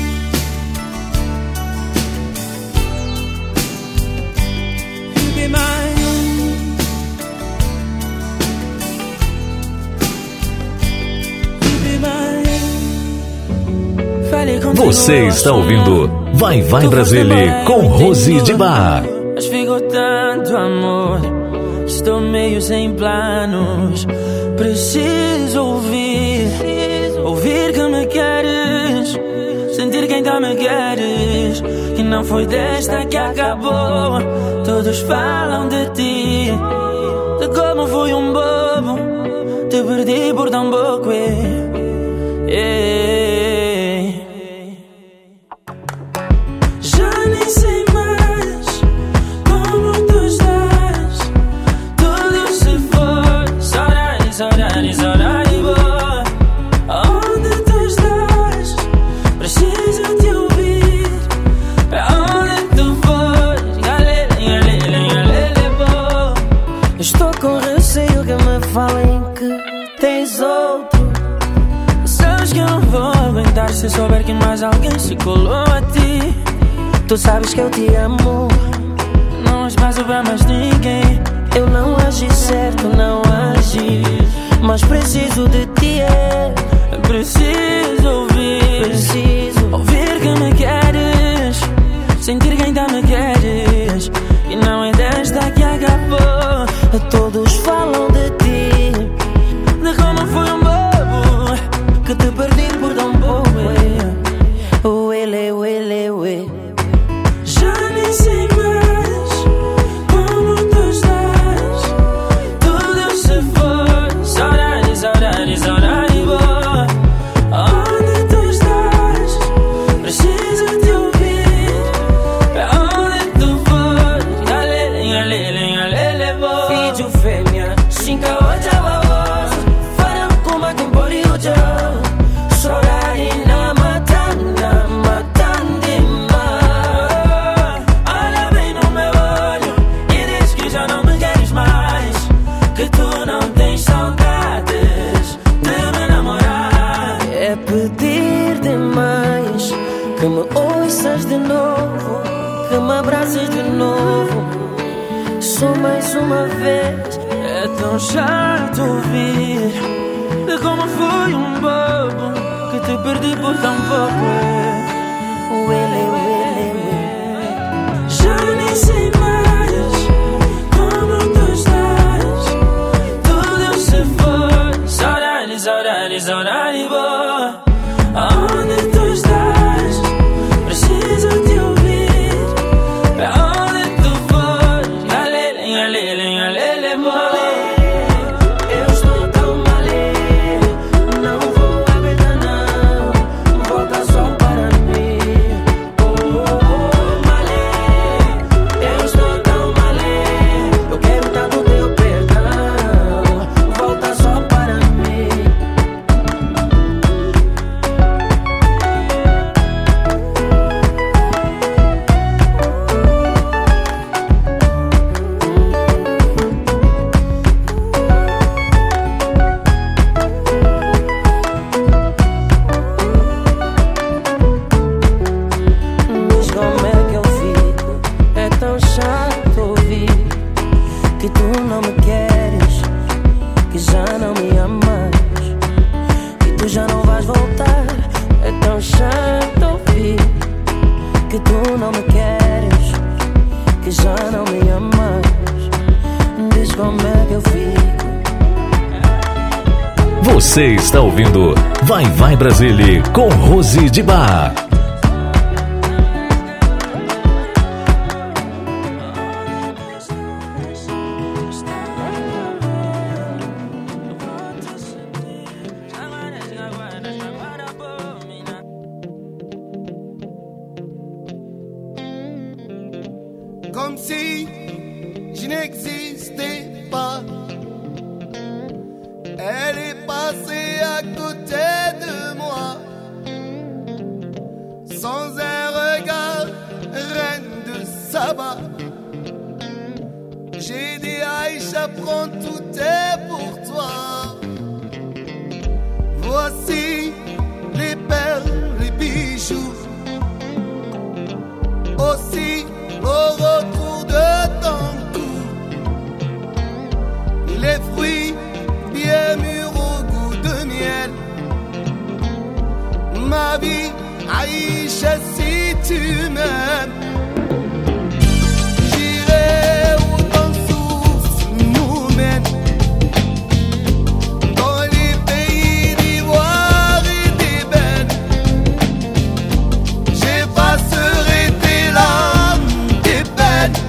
You'll be mine. Você está ouvindo Vai Vai Brasília com Rose de Bar. Mas ficou tanto amor, estou meio sem planos. Preciso ouvir que me queres, sentir que ainda me queres, que não foi desta que acabou. Todos falam de ti, de como fui um bobo, te perdi por tão pouco. Falem que tens outro. Sabes que eu não vou aguentar se souber que mais alguém se colou a ti. Tu sabes que eu te amo, não há espaço pra mais ninguém. Eu não agi certo, não agi, mas preciso de ti, Preciso ouvir que me queres, sentir Que me ouças de novo, que me abraces de novo. Só mais uma vez. É tão chato ouvir de como fui bobo que te perdi por tão pouco. Já nem sei mais como tu estás. Tudo se foi. Saudade, saudade, saudade boa. Aonde tu estás? Preciso te ouvir. Pra onde tu fores? Galele, galele, galele boa. Eu estou tão mal, não vou aguentar não. Volta só para mim. Eu estou tão mal, eu quero tanto teu perdão. Volta só para mim. Diz como é que eu fico. É tão chato ouvir que tu não me queres, que já não me amas, que tu já não vais voltar. É tão chato ouvir que tu não me queres, que já não me amas. Diz como é que eu fico. Você está ouvindo Vai Vai Brasília com Rose de Bar. Comme si je n'existais pas. Elle est passée à côté de moi, sans un regard, reine de Saba. J'ai dit Aïcha, prends tout est pour toi. Voici les perles, les bijoux, aussi au retour de ton cou, les fruits bien mûrs au goût de miel. Ma vie, Aïcha, si tu m'aimes, j'irai où ton souffle nous mène, dans les pays d'ivoire et d'ébène. J'effacerai tes larmes, tes peines.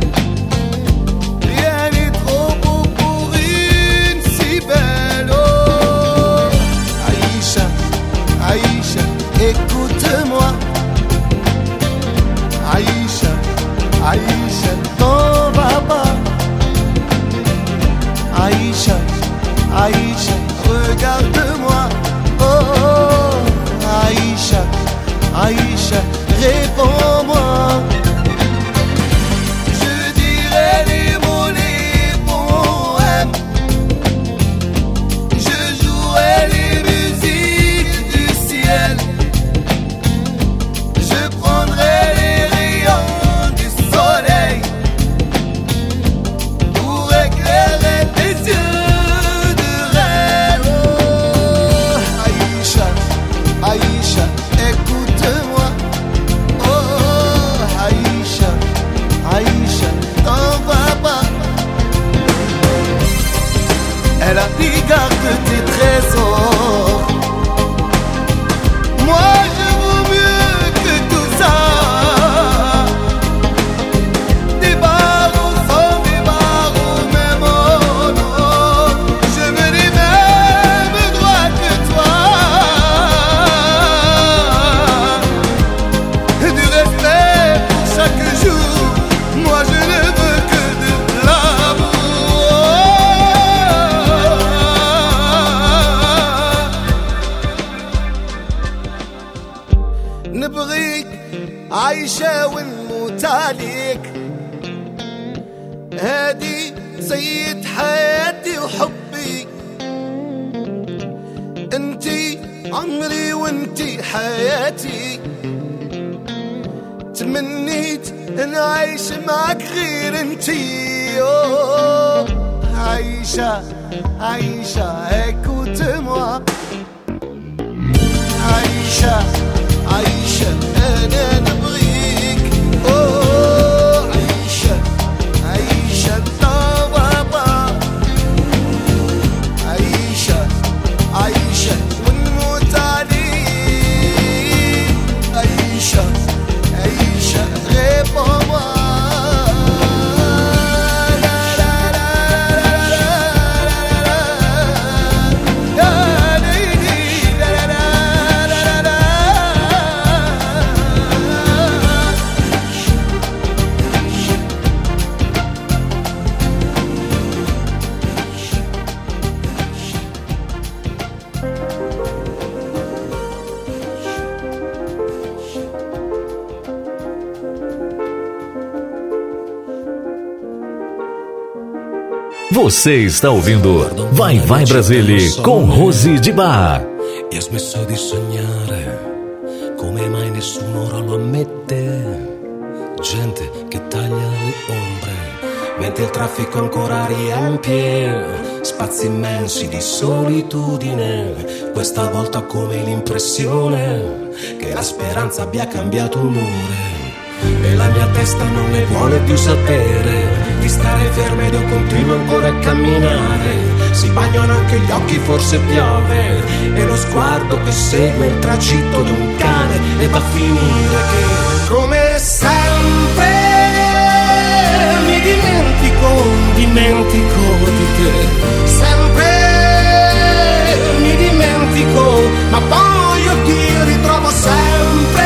Rien n'est trop beau pour une si belle. Oh, Aïcha, Aïcha, écoute-moi. Aïcha, Aïcha, t'en vas pas. Aïcha, Aïcha, regarde-moi. Oh, Aïcha, Aïcha, réponds-moi. Je dirai les mots, les poèmes. Je jouerai les musiques du ciel. Je prendrai les rayons du soleil pour éclairer tes yeux de reine. Oh, Aïcha, Aïcha, écoute-moi. Oh, Aïcha, Aïcha, t'en vas pas. Elle a regardé tes trésors. Moi je vaux mieux que tout ça. Des barreaux sans des barreaux, même oh non. Je veux les mêmes droits que toi. Du respect pour chaque jour. Moi je ne veux que de l'amour. نبغيك عايشة ونموت عليك. هادي سيد حياتي وحبي. انتي عمري وانتي حياتي. تمنيت نعيش معك غير انتي عايشة عايشة écoute-moi عايشة عايشة أنا نبغيك عايشة عايشة طبابا عايشة عايشة ونموت عليك عايشة عايشة غير بابا Você está ouvindo Vai Vai Brasile com Rosy de Bar. E ha smesso di sognare, come mai nessuno ora lo ammette. Gente che taglia le ombre, mentre il traffico ancora riempie spazi immensi di solitudine. Questa volta ho come l'impressione che la speranza abbia cambiato umore. E la mia testa non ne vuole più sapere di stare ferma ed io continuo ancora a camminare. Si bagnano anche gli occhi, forse piove, e lo sguardo che segue il tragitto di un cane. E va a finire che, come sempre, mi dimentico di te. Sempre mi dimentico, ma poi io ti ritrovo sempre.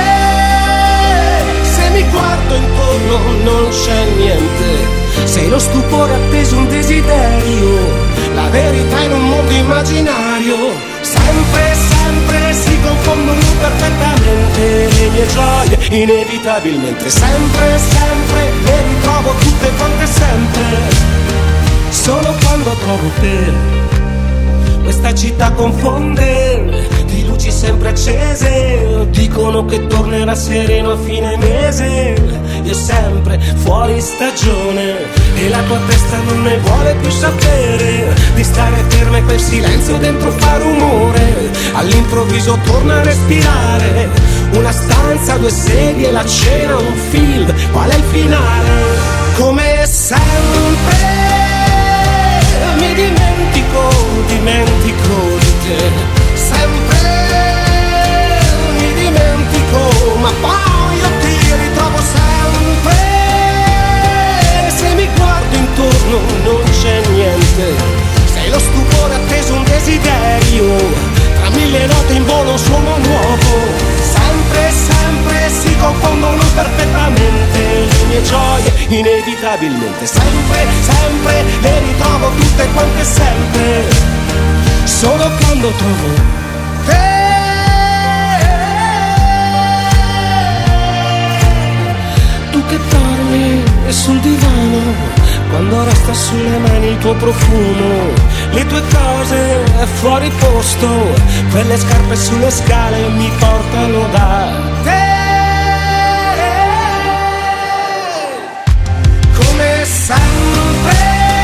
Mi guardo intorno, non c'è niente. Sei lo stupore atteso, un desiderio, la verità in un mondo immaginario. Sempre, sempre si confondono perfettamente le mie gioie, inevitabilmente. Sempre, sempre le ritrovo tutte quante sempre. Solo quando trovo te, questa città confonde di luci sempre accese. Dicono che tornerà sereno a fine mese. Io sempre fuori stagione e la tua testa non ne vuole più sapere di stare ferma e quel silenzio dentro fa rumore. All'improvviso torna a respirare. Una stanza, due sedie, la cena, un film. Qual è il finale? Come sempre mi dimentico di te. Sempre mi dimentico, ma poi io ti ritrovo sempre. Se mi guardo intorno non c'è niente. Sei lo stupore atteso, un desiderio, tra mille note in volo un suono nuovo. Sempre, sempre si confondono perfettamente le mie gioie, inevitabilmente. Sempre, sempre le ritrovo tutte quante sempre. Solo quando trovo te. Tu che dormi sul divano, quando resta sulle mani il tuo profumo, le tue cose fuori posto, quelle scarpe sulle scale mi portano da te. Come sempre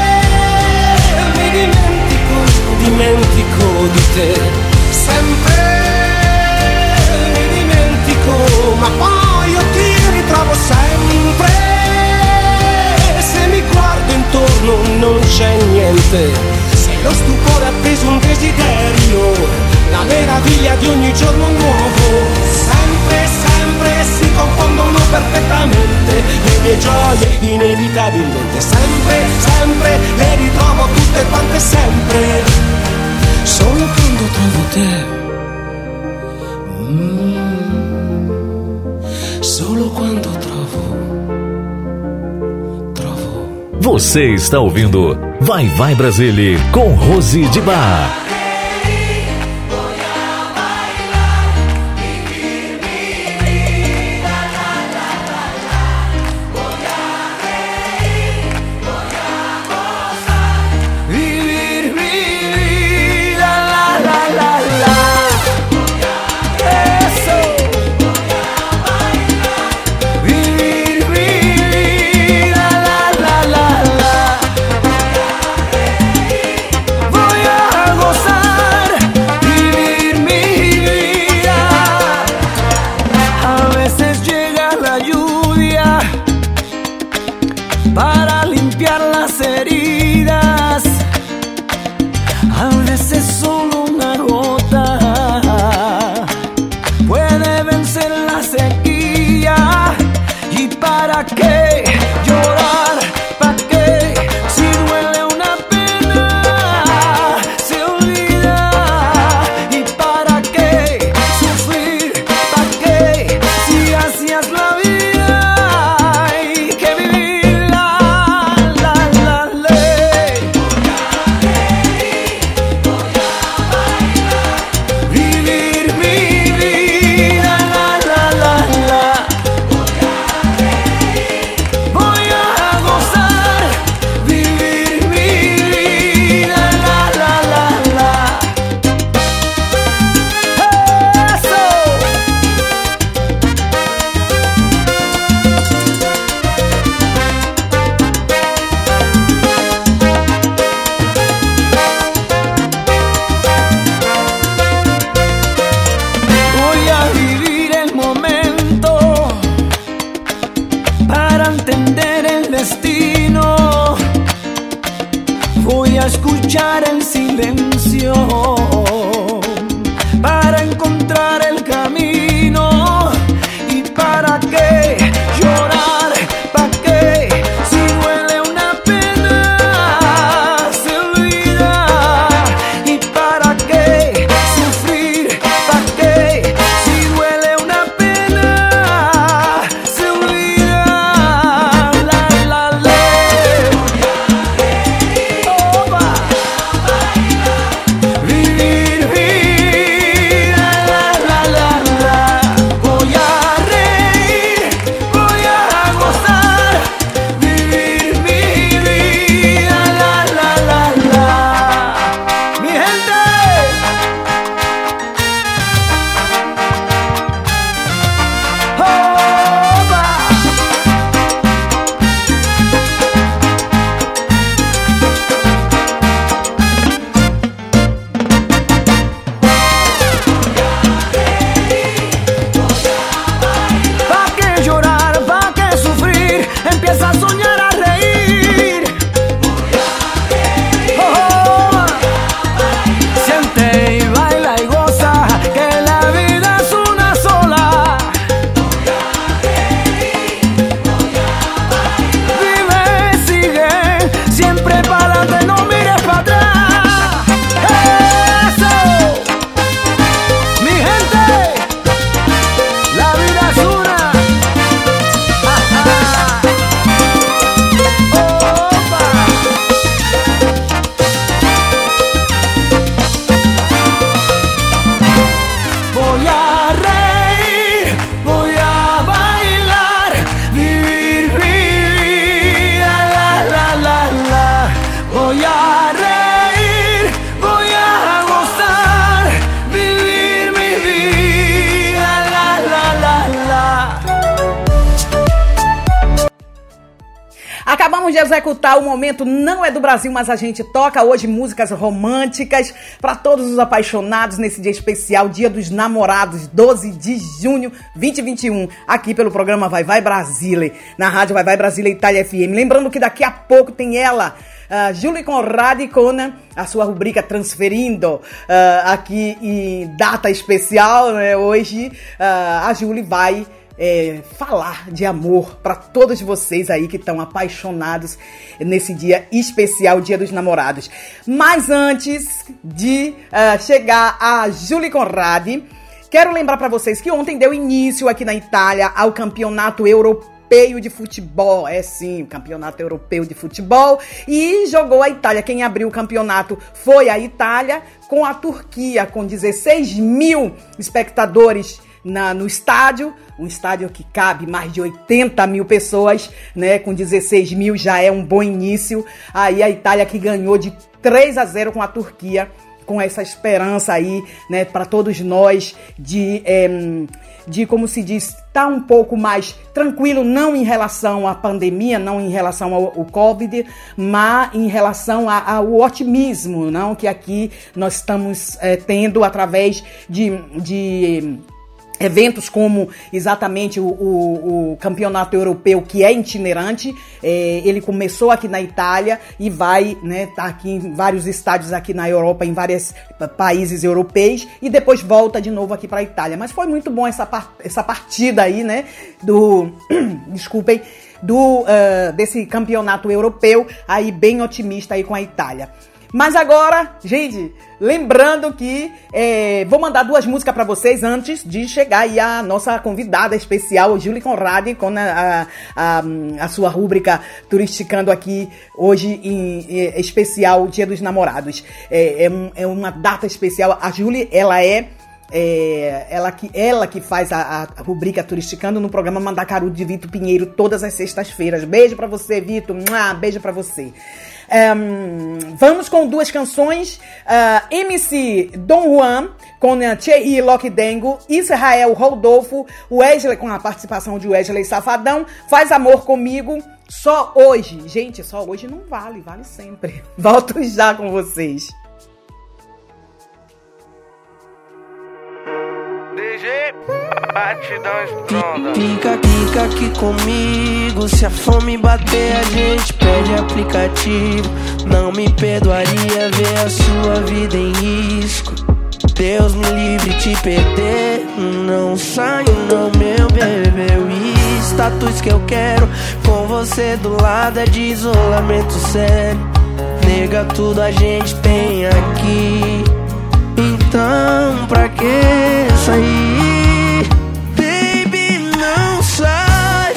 mi dimentico di te. Sempre mi dimentico, ma poi io ti ritrovo sempre. Se mi guardo intorno non c'è niente. Sei lo stupore atteso, un desiderio, la meraviglia di ogni giorno nuovo. Sempre, sempre si confondono perfettamente le mie gioie, inevitabilmente. Sempre, sempre le ritrovo tutte quante sempre. Solo quando trovo te. Solo quando trovo. Você está ouvindo Vai Vai Brasile com Rosy de Bar. Vivir vence la sequía. ¿Y para qué llorar? ¿Para qué? Si duele una pena, se olvida. ¿Y para qué sufrir? ¿Para qué? Si hacías la vida, hay que vivirla, la ley. Vivir mi vida, la. Voy a gozar, vivir mi vida, la. Eso. Voy a vivir el momento para entender el destino. Voy a escuchar el silencio para encontrar el camino. ¿Y para qué llorar? ¿Para qué? Si duele una pena, se olvida. ¿Y para qué sufrir? ¿Para qué? Si duele una pena, se olvida. La ley. Opa. Vivir vida, la. Voy a reír, voy a gozar, vivir mi vida, la. Mi gente. ¿Pa' qué llorar? ¿Pa' qué sufrir? Empieza a soñar, a reír. Oh, siente y baila y goza, que la vida es una sola. Vive, sigue, siempre para adelante, no mires para atrás. Eso, mi gente, la vida es una. Voy a reír, voy a bailar, vivir mi vida, la. Voy a reír, voy a gozar, vivir mi vida, la. Acabamos de executar o momento Não É do Brasil, mas a gente toca hoje músicas românticas para todos os apaixonados nesse dia especial, Dia dos Namorados, 12 de junho 2021, aqui pelo programa Vai Vai Brasile, na rádio Vai Vai Brasile Itália FM. Lembrando que daqui a pouco tem ela, Julie Conradi, com a sua rubrica Transferindo, aqui em data especial, né? Hoje a Julie vai falar de amor para todos vocês aí que estão apaixonados nesse dia especial, Dia dos Namorados. Mas antes de chegar a Julie Conradi, quero lembrar para vocês que ontem deu início aqui na Itália ao Campeonato Europeu de Futebol. É sim, o Campeonato Europeu de Futebol. E jogou a Itália. Quem abriu o campeonato foi a Itália, com a Turquia, com 16 mil espectadores no estádio, um estádio que cabe mais de 80 mil pessoas, né? Com 16 mil já é um bom início. Aí a Itália que ganhou de 3-0 com a Turquia, com essa esperança aí, né, para todos nós de como se diz, tá um pouco mais tranquilo, não em relação à pandemia, não em relação ao Covid, mas em relação ao otimismo, não, que aqui nós estamos tendo através de eventos como exatamente o campeonato europeu, que é itinerante. Ele começou aqui na Itália e vai, né, tá aqui em vários estádios aqui na Europa, em vários países europeus, e depois volta de novo aqui para a Itália. Mas foi muito bom essa partida aí, né, desse campeonato europeu, aí bem otimista aí com a Itália. Mas agora, gente, lembrando que vou mandar 2 músicas para vocês antes de chegar aí a nossa convidada especial, Julie Conradi, com a sua rúbrica Turisticando aqui hoje em especial Dia dos Namorados. É uma data especial. A Julie, ela que faz a rubrica Turisticando no programa Mandacaru de Vitor Pinheiro todas as sextas-feiras. Beijo pra você, Vitor. Beijo pra você. Vamos com 2 canções. MC Don Juan com Thierry Lockdengo, Israel Rodolfo, Wesley com a participação de Wesley Safadão, Faz Amor Comigo. Só hoje. Gente, só hoje não vale sempre. Volto já com vocês. DG, batidão estronda. Fica aqui comigo. Se a fome bater, a gente pede aplicativo. Não me perdoaria ver a sua vida em risco. Deus me livre de te perder. Não saio não, meu bebê. O status que eu quero com você do lado é de isolamento sério. Nega, tudo a gente tem aqui. Então, pra que sair? Baby, não sai.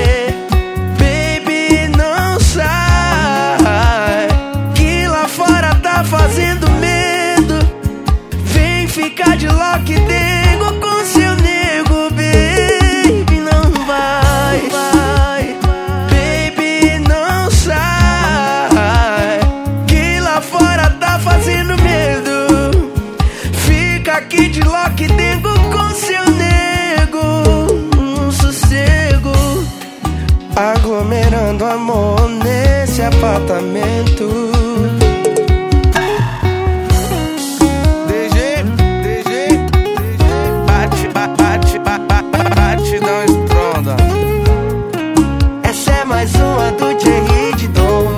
Baby, não sai. Que lá fora tá fazendo medo. Vem ficar de lockdengo com seu nego. Baby, não vai. Baby, não sai. Que lá fora tá fazendo medo. Aqui de lockdengo com seu nego. Sossego. Aglomerando amor nesse apartamento. DG, batidão estronda. Essa é mais uma do Thierry de Dom.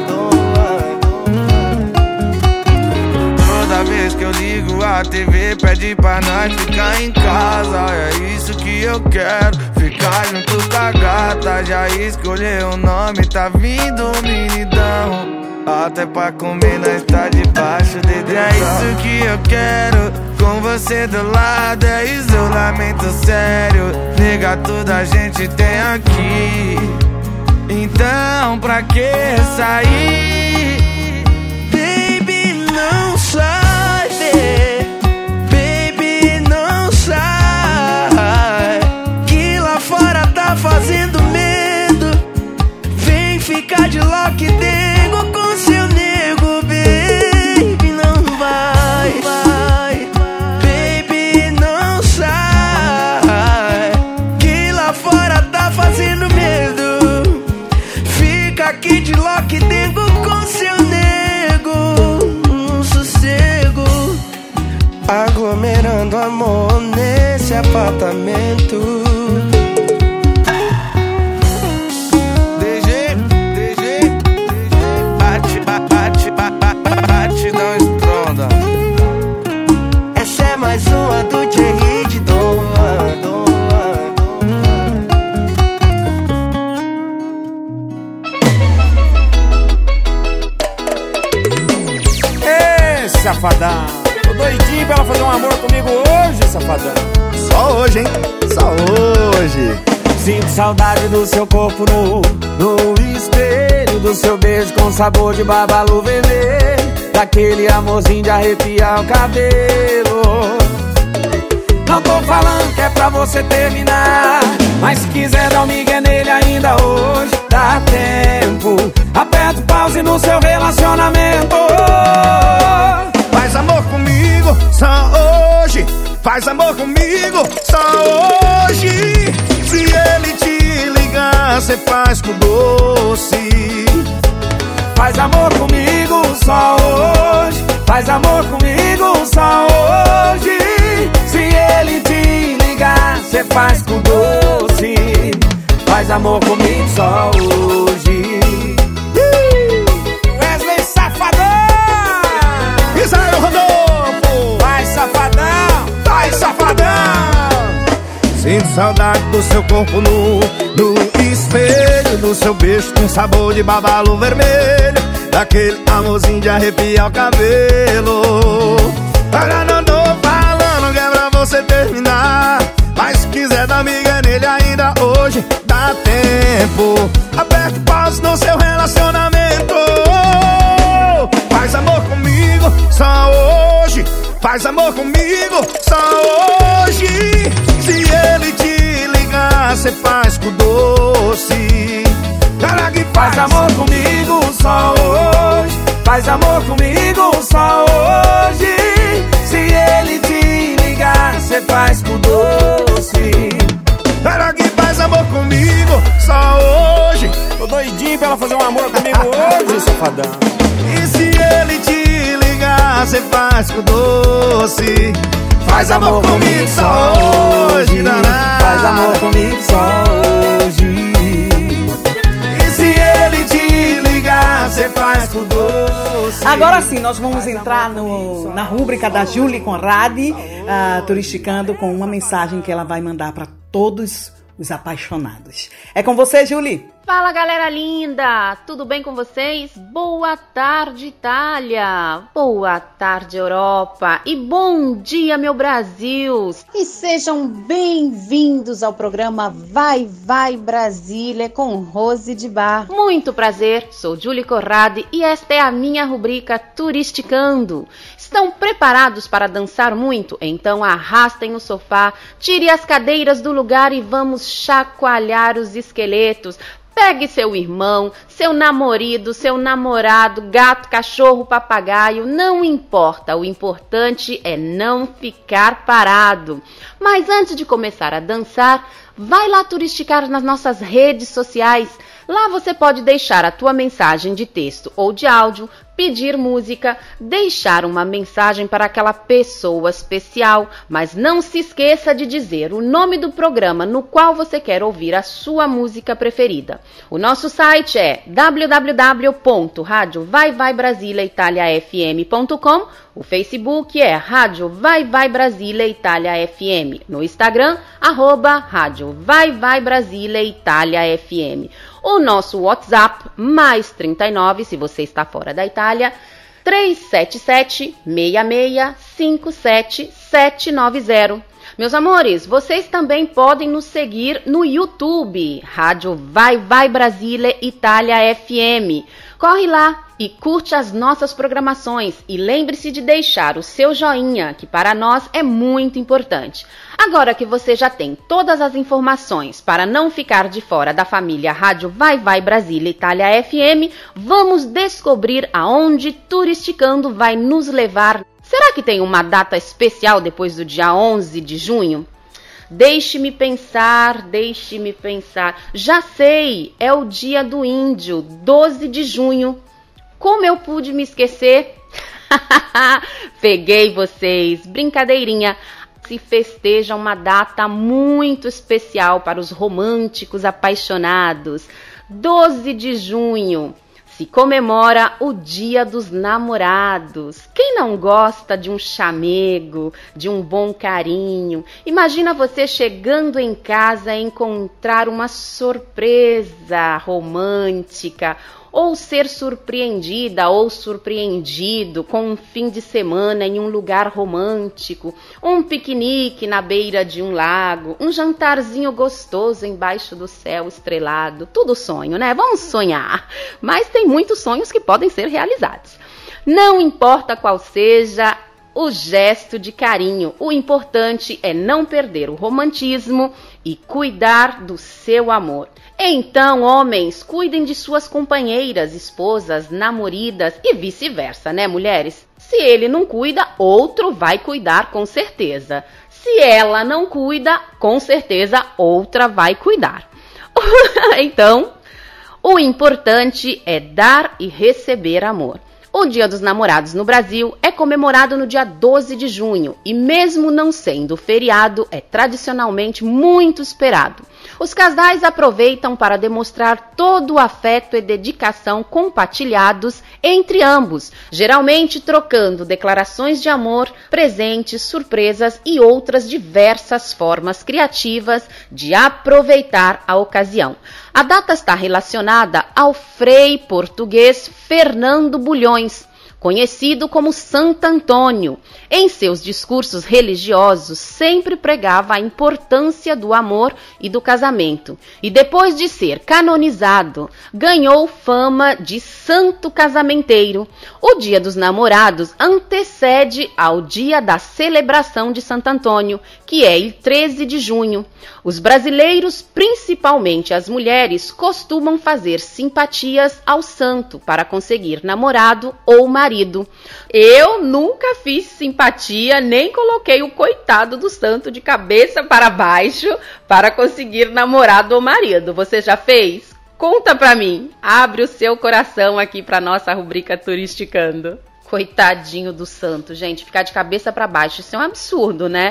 Toda vez que eu ligo a TV, pede pra nós ficar em casa. É isso que eu quero, ficar junto com a gata. Já escolheu o nome, tá vindo um menidão. Até pra comer nós tá debaixo de dedão. É isso que eu quero, com você do lado. É isolamento sério, nega, tudo a gente tem aqui. Então pra que sair? Baby, não sai. Baby, não sai. Que lá fora tá fazendo medo. Vem ficar de lockdengo com seu nego. Baby, não vai. Baby, não sai. Que lá fora tá fazendo medo. Fica aqui de lockdengo com seu nego. Sossego. Aglomerando amor nesse apartamento. DG, batidão estronda. Essa é mais uma do Thierry de Dom. Ei, safadão. Tô doidinho pra ela fazer um amor comigo hoje, safadão. Só hoje, hein? Só hoje. Sinto saudade do seu corpo nu, no espelho do seu beijo com sabor de babalu vermelho, daquele amorzinho de arrepiar o cabelo. Não tô falando que é pra você terminar, mas se quiser dar um migué nele ainda hoje, dá tempo. Aperta o pause no seu relacionamento. Faz amor comigo só hoje. Faz amor comigo só hoje. Se ele te ligar, cê faz com doce. Faz amor comigo só hoje. Faz amor comigo só hoje. Se ele te ligar, cê faz com doce. Faz amor comigo só hoje. Wesley Safadão! Israel Rodolfo! Vai, safadão! Vai, safadão! Sinto saudade do seu corpo nu, no espelho do seu beijo com sabor de babalu vermelho, daquele amorzinho de arrepiar o cabelo. Agora não tô falando que é pra você terminar, mas se quiser dar miga nele ainda hoje dá tempo. Aperte pausa no seu relacionamento. Faz amor comigo só hoje. Faz amor comigo só hoje. Se ele te ligar, cê faz com doce. Cara que faz amor comigo só hoje. Faz amor comigo só hoje. Se ele te ligar, cê faz com doce. Cara que faz amor comigo só hoje. Tô doidinho pra ela fazer um amor comigo hoje, safadão. E se ele te ligar, cê faz com doce. Faz amor comigo só hoje, danado. Faz amor comigo só hoje. E se ele te ligar, cê faz com doce. Agora sim, nós vamos entrar na rúbrica da Julie Conradi, turisticando, com uma mensagem que ela vai mandar para todos os apaixonados. É com você, Julie. Fala, galera linda! Tudo bem com vocês? Boa tarde, Itália! Boa tarde, Europa! E bom dia, meu Brasil! E sejam bem-vindos ao programa Vai Vai Brasília com Rose de Bar. Muito prazer, sou Julie Conradi e esta é a minha rubrica Turisticando. Estão preparados para dançar muito? Então arrastem o sofá, tire as cadeiras do lugar e vamos chacoalhar os esqueletos. Pegue seu irmão, seu namorado, seu namorado, gato, cachorro, papagaio, não importa. O importante é não ficar parado. Mas antes de começar a dançar, vai lá turisticar nas nossas redes sociais. Lá você pode deixar a tua mensagem de texto ou de áudio, pedir música, deixar uma mensagem para aquela pessoa especial, mas não se esqueça de dizer o nome do programa no qual você quer ouvir a sua música preferida. O nosso site é www.radiovaivaibrasiliaitaliafm.com. O Facebook é Rádio Vai Vai Brasília Itália FM. No Instagram, @Rádio Vai Vai Brasília Itália FM. O nosso WhatsApp, mais 39, se você está fora da Itália, 377-66-57790. Meus amores, vocês também podem nos seguir no YouTube, Rádio Vai Vai Brasília Itália FM. Corre lá e curte as nossas programações e lembre-se de deixar o seu joinha, que para nós é muito importante. Agora que você já tem todas as informações para não ficar de fora da família Rádio Vai Vai Brasília Itália FM, vamos descobrir aonde Turisticando vai nos levar. Será que tem uma data especial depois do dia 11 de junho? Deixe-me pensar. Já sei, é o dia do índio, 12 de junho. Como eu pude me esquecer? Peguei vocês, brincadeirinha. Se festeja uma data muito especial para os românticos apaixonados. 12 de junho. Se comemora o Dia dos Namorados. Quem não gosta de um chamego, de um bom carinho? Imagina você chegando em casa e encontrar uma surpresa romântica, ou ser surpreendida ou surpreendido com um fim de semana em um lugar romântico, um piquenique na beira de um lago, um jantarzinho gostoso embaixo do céu estrelado. Tudo sonho, né? Vamos sonhar. Mas tem muitos sonhos que podem ser realizados. Não importa qual seja o gesto de carinho, o importante é não perder o romantismo e cuidar do seu amor. Então, homens, cuidem de suas companheiras, esposas, namoridas e vice-versa, né, mulheres? Se ele não cuida, outro vai cuidar com certeza. Se ela não cuida, com certeza outra vai cuidar. Então, o importante é dar e receber amor. O Dia dos Namorados no Brasil é comemorado no dia 12 de junho e, mesmo não sendo feriado, é tradicionalmente muito esperado. Os casais aproveitam para demonstrar todo o afeto e dedicação compartilhados entre ambos, geralmente trocando declarações de amor, presentes, surpresas e outras diversas formas criativas de aproveitar a ocasião. A data está relacionada ao frei português Fernando Bulhões, conhecido como Santo Antônio. Em seus discursos religiosos, sempre pregava a importância do amor e do casamento. E depois de ser canonizado, ganhou fama de santo casamenteiro. O Dia dos Namorados antecede ao dia da celebração de Santo Antônio, que é em 13 de junho. Os brasileiros, principalmente as mulheres, costumam fazer simpatias ao santo para conseguir namorado ou marido. Eu nunca fiz simpatia, nem coloquei o coitado do santo de cabeça para baixo para conseguir namorado ou marido. Você já fez? Conta pra mim. Abre o seu coração aqui para nossa rubrica Turisticando. Coitadinho do santo, gente, ficar de cabeça para baixo, isso é um absurdo, né?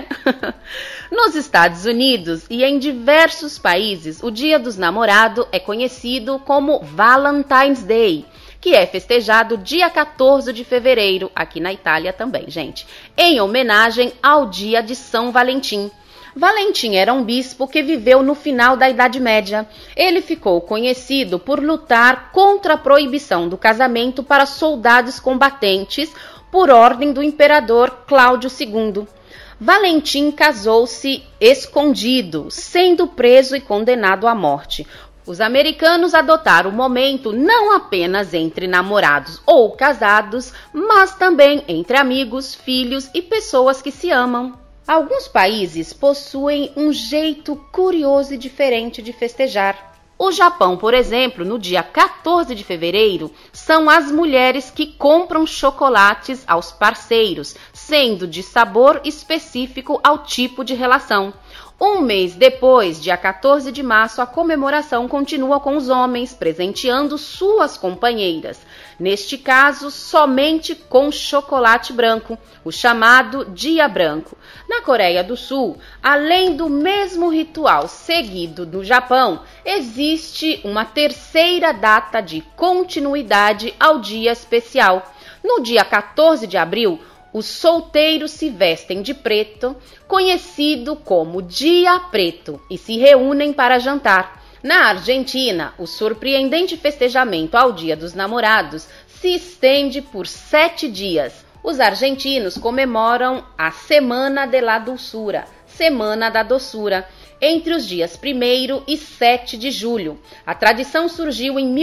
Nos Estados Unidos e em diversos países, o Dia dos Namorados é conhecido como Valentine's Day, que é festejado dia 14 de fevereiro, aqui na Itália também, gente, em homenagem ao dia de São Valentim. Valentim era um bispo que viveu no final da Idade Média. Ele ficou conhecido por lutar contra a proibição do casamento para soldados combatentes por ordem do imperador Cláudio II. Valentim casou-se escondido, sendo preso e condenado à morte. Os americanos adotaram o momento não apenas entre namorados ou casados, mas também entre amigos, filhos e pessoas que se amam. Alguns países possuem um jeito curioso e diferente de festejar. O Japão, por exemplo, no dia 14 de fevereiro, são as mulheres que compram chocolates aos parceiros, sendo de sabor específico ao tipo de relação. Um mês depois, dia 14 de março, a comemoração continua com os homens presenteando suas companheiras. Neste caso, somente com chocolate branco, o chamado Dia Branco. Na Coreia do Sul, além do mesmo ritual seguido no Japão, existe uma terceira data de continuidade ao dia especial. No dia 14 de abril, os solteiros se vestem de preto, conhecido como Dia Preto, e se reúnem para jantar. Na Argentina, o surpreendente festejamento ao Dia dos Namorados se estende por 7 dias. Os argentinos comemoram a Semana de la Dulzura, Semana da Doçura, entre os dias 1º e 7 de julho. A tradição surgiu em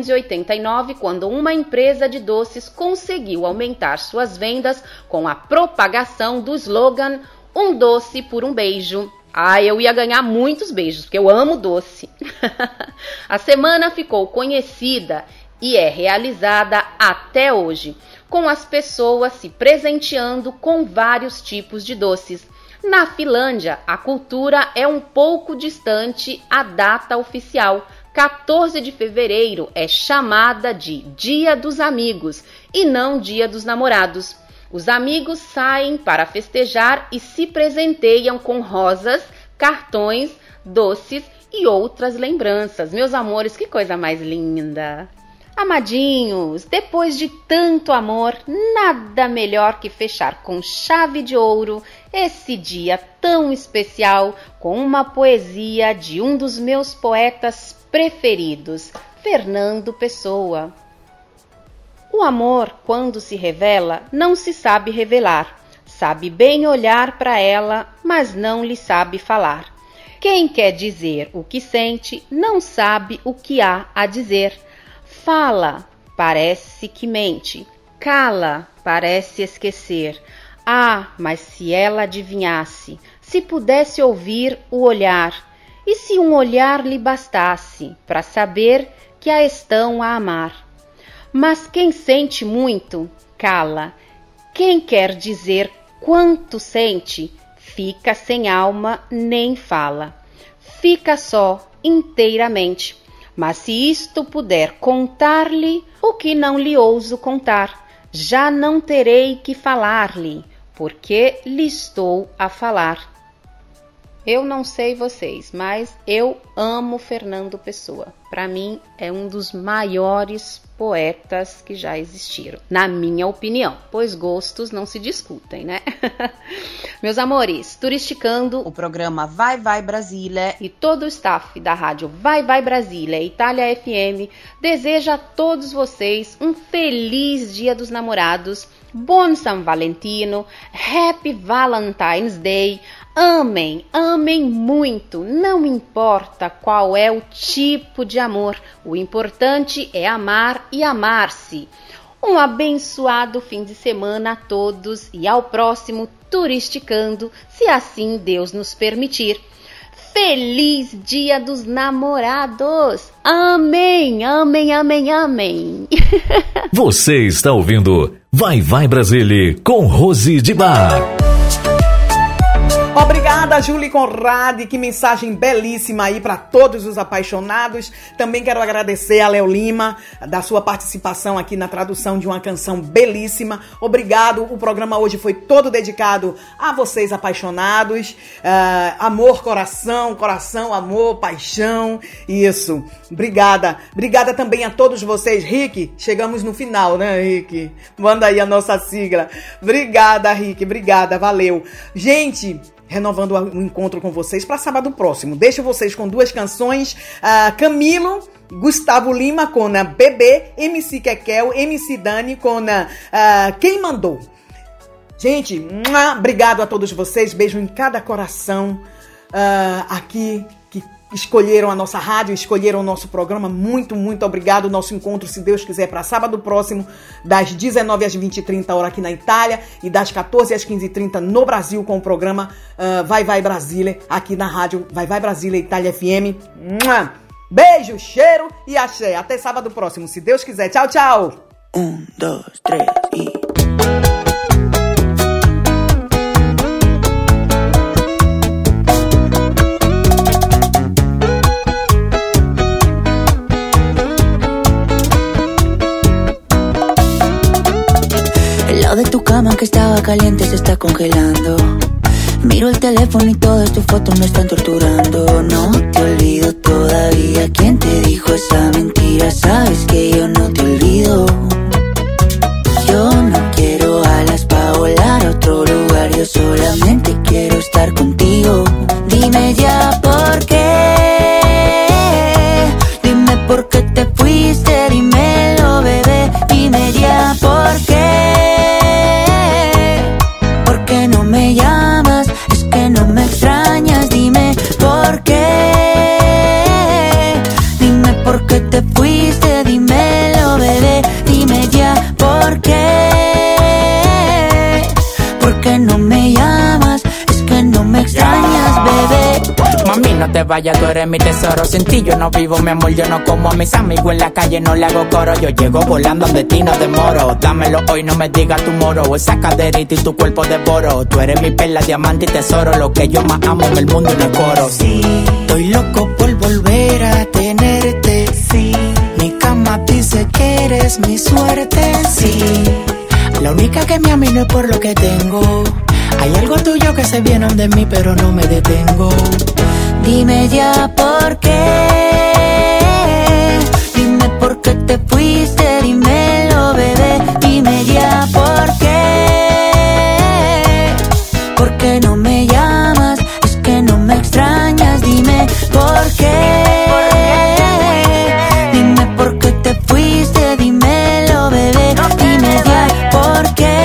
1989, quando uma empresa de doces conseguiu aumentar suas vendas com a propagação do slogan "Um doce por um beijo". Eu ia ganhar muitos beijos, porque eu amo doce. A semana ficou conhecida e é realizada até hoje, com as pessoas se presenteando com vários tipos de doces. Na Finlândia, a cultura é um pouco distante à data oficial. 14 de fevereiro é chamada de Dia dos Amigos e não Dia dos Namorados. Os amigos saem para festejar e se presenteiam com rosas, cartões, doces e outras lembranças. Meus amores, que coisa mais linda! Amadinhos, depois de tanto amor, nada melhor que fechar com chave de ouro esse dia tão especial com uma poesia de um dos meus poetas preferidos, Fernando Pessoa. O amor, quando se revela, não se sabe revelar. Sabe bem olhar para ela, mas não lhe sabe falar. Quem quer dizer o que sente, não sabe o que há a dizer. Fala, parece que mente. Cala, parece esquecer. Mas se ela adivinhasse, se pudesse ouvir o olhar, e se um olhar lhe bastasse para saber que a estão a amar. Mas quem sente muito, cala. Quem quer dizer quanto sente, fica sem alma nem fala. Fica só, inteiramente. Mas se isto puder contar-lhe, o que não lhe ouso contar, já não terei que falar-lhe, porque lhe estou a falar. Eu não sei vocês, mas eu amo Fernando Pessoa. Para mim, é um dos maiores poetas que já existiram, na minha opinião, pois gostos não se discutem, né? Meus amores, Turisticando, o programa Vai Vai Brasília e todo o staff da rádio Vai Vai Brasília Itália FM deseja a todos vocês um feliz Dia dos Namorados, Buon San Valentino, Happy Valentine's Day. Amem, amem muito, não importa qual é o tipo de amor, o importante é amar e amar-se. Um abençoado fim de semana a todos e ao próximo Turisticando, se assim Deus nos permitir. Feliz Dia dos Namorados! Amém, amém, amém, amém! Você está ouvindo Vai Vai Brasília com Rose de Bar. Obrigada, Julie Conrad, que mensagem belíssima aí para todos os apaixonados. Também quero agradecer a Léo Lima, da sua participação aqui na tradução de uma canção belíssima. Obrigado, o programa hoje foi todo dedicado a vocês apaixonados. Amor, coração, coração, amor, paixão, isso. Obrigada. Obrigada também a todos vocês. Rick, chegamos no final, né, Rick? Manda aí a nossa sigla. Obrigada, Rick, obrigada, valeu. Gente, renovando o encontro com vocês para sábado próximo. Deixo vocês com duas canções. Camilo, Gustavo Lima com Bebê, MC Kekel, MC Dani com Quem Mandou. Gente, obrigado a todos vocês. Beijo em cada coração aqui que escolheram a nossa rádio, escolheram o nosso programa. Muito, muito obrigado. Nosso encontro, se Deus quiser, para sábado próximo, das 19 às 20h30, hora aqui na Itália, e das 14 às 15h30 no Brasil, com o programa Vai Vai Brasília, aqui na rádio Vai Vai Brasília Itália FM. Beijo, cheiro e axé. Até sábado próximo, se Deus quiser. Tchau, tchau. 1, 2, 3 e... De tu cama que estaba caliente se está congelando. Miro el teléfono y todas tus fotos me están torturando. No te olvido todavía. ¿Quién te dijo esa mentira? Sabes que yo no te olvido. Yo no quiero alas pa' volar a otro lugar. Yo solamente quiero estar contigo. Dime ya por qué. Dime por qué te fuiste. Dímelo, bebé. Dime ya por qué. No me llamas, es que no me extrañas, dime por qué. Dime por qué te fuiste, dímelo, bebé, dime ya por qué. Porque no me llamas, es que no me extrañas, bebé. Mami, no te vayas, tú eres mi tesoro. Sin ti yo no vivo, mi amor, yo no como a mis amigos en la calle, no le hago coro. Yo llego volando donde ti no demoro. Dámelo hoy, no me digas tu moro. Esa caderita y tu cuerpo devoro. Tú eres mi perla, diamante y tesoro. Lo que yo más amo en el mundo y no el coro. Sí, estoy loco por volver a tenerte. Sí, mi cama dice que eres mi suerte. Sí, la única que me ama y no es por lo que tengo. Hay algo tuyo que se viene de mí, pero no me detengo. Dime ya por qué. Dime por qué te fuiste, dímelo, bebé. Dime ya por qué. ¿Por qué no me llamas? Es que no me extrañas, dime por qué. Dime por qué te fuiste, dímelo, bebé. Dime ya por qué.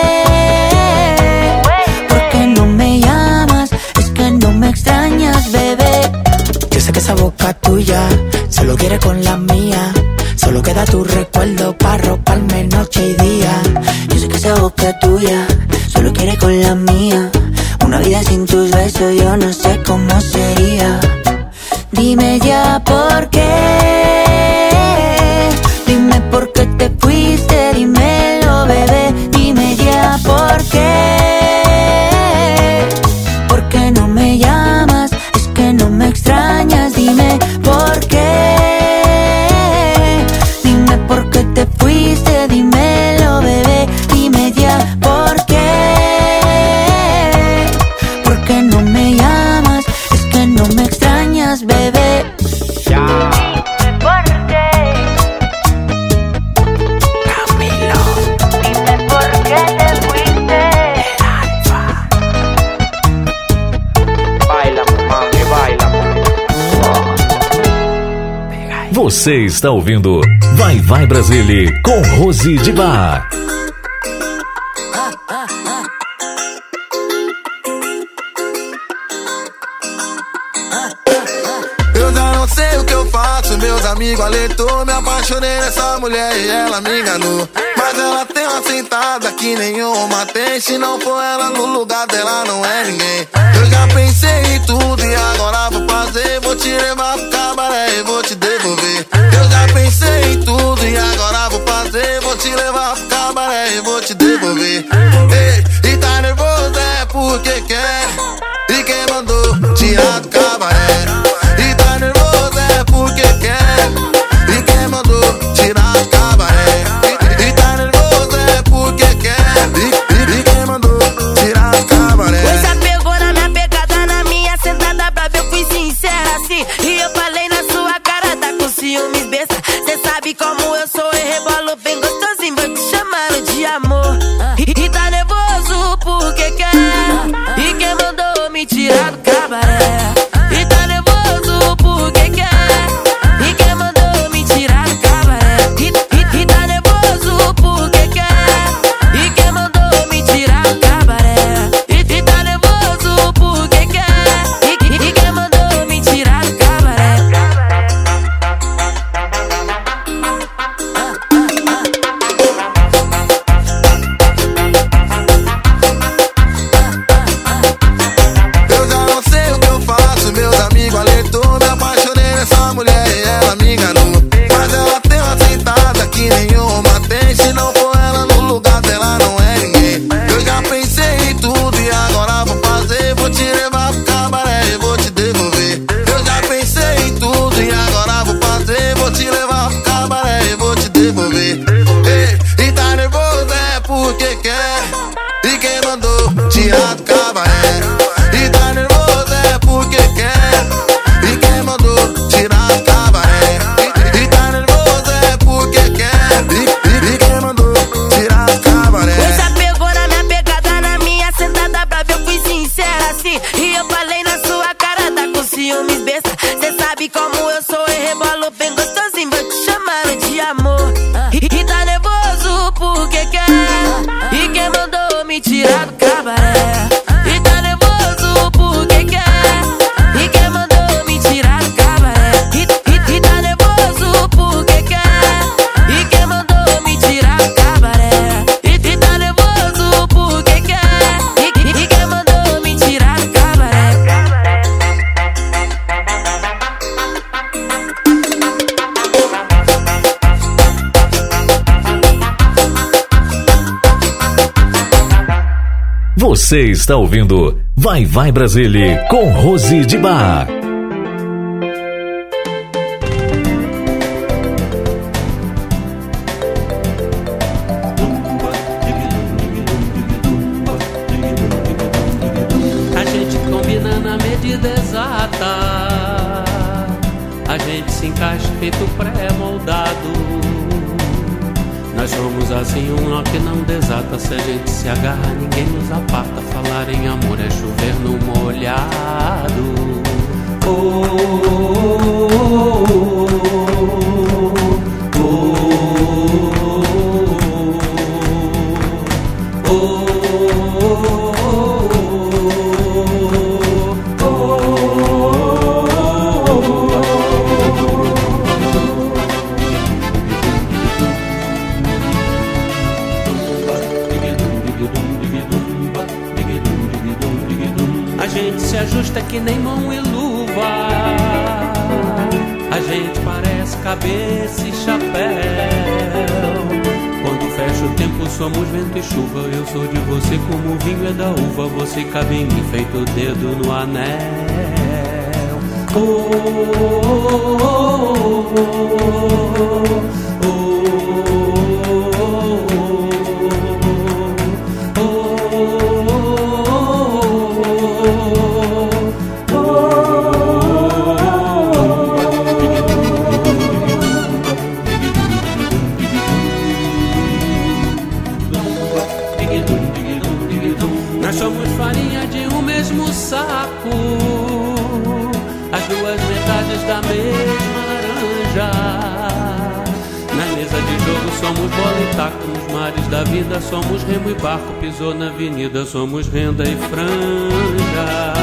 Esa boca tuya solo quiere con la mía. Solo queda tu recuerdo para roparme noche y día. Yo sé que esa boca tuya solo quiere con la mía. Una vida sin tus besos yo no sé cómo sería. Dime ya por qué. Dime por qué te fuiste, dímelo, bebé. Dime ya por qué. ¿Por qué no me llamas? Es que no me extrañas, dime por qué. Dime por qué te fuiste, dímelo, bebé. más, bebé. Dime por qué. Camilo. Dime por qué te fuiste. Baila, mami, baila. Você está ouvindo Vai Vai Brasília com Rose de Bar. Eu já não sei o que eu faço, meus amigos alertou. Me apaixonei nessa mulher e ela me enganou. Mas ela tem uma sentada que nenhuma tem. Se não for ela no lugar dela não é ninguém. Eu já pensei em tudo e agora vou fazer. Vou te levar pro cabaré e vou te devolver. Eu já pensei em tudo e agora vou fazer. Vou te levar pro cabaré e vou te devolver. Ei, e tá nervoso é porque quer. E quem mandou tirar do cabaré? E tá nervoso é porque quer. E quem mandou tirar do cabaré? E tá nervoso é porque quer. E quem mandou tirar do cabaré? Você pegou na minha pegada, na minha sentada brava. Eu fui sincera assim e eu falei na sua cara. Tá com ciúmes besta. Cê sabe como eu sou e rebolo bem gostosinho. Vou te chamando de amor. E tá nervoso porque quer. E quem mandou me tirar do cabaré? E tá nervoso porque quer. E quem mandou me tirar do cabaré? E tá nervoso porque quer. E quem mandou me tirar do cabaré? E tá nervoso porque quer. E quem mandou me tirar do cabaré? Eu já não sei o que eu faço, meus amigos alertou. Me apaixonei nessa mulher e ela me enganou. Mas ela tem uma sentada que nenhuma tem. Se não for ela no lugar dela não é ninguém. Eu já pensei em tudo e agora vou fazer. Vou te levar pro cabaré e vou te devolver. Eu já pensei em tudo e agora vou fazer. Vou te levar pro cabaré e vou te devolver. Ei, e tá nervoso é porque quer. E quem mandou tirar do cabaré? E tá nervoso é porque quer. E quem mandou tirar do cabaré? E tá nervoso é porque quer. E quem mandou tirar do cabaré? Você pegou na minha pegada, na minha sentada brava. Eu fui sincera assim e eu falei na sua cara. Tá com ciúmes besta. Cê sabe como eu sou e rebolo bem gostosinho. Vou te chamando de amor. E tá nervoso porque quer. E quem mandou me tirar do cabaré? E tá nervoso porque quer. E quem mandou me tirar do cabaré? E tá nervoso porque quer. E quem mandou me tirar do cabaré? E tá nervoso porque quer. E quem mandou me tirar do cabaré? Você está ouvindo Vai Vai Brasília com Rose de Bar. A gente combina na medida exata. A gente se encaixa feito pré-moldado. Nós somos assim, um nó que não desata. Se a gente se agarra, ninguém nos aparta. Falar em amor é chover no molhado. Oh, oh, oh, oh, a gente se ajusta que nem mão e luva. A gente parece cabeça e chapéu. Quando fecha o tempo somos vento e chuva. Eu sou de você como o vinho é da uva. Você cabe em mim feito o dedo no anel. Oh, oh, oh, oh, oh. metades da mesma laranja. Na mesa de jogo somos bola e taco, nos mares da vida somos remo e barco. Pisou na avenida, somos renda e franja.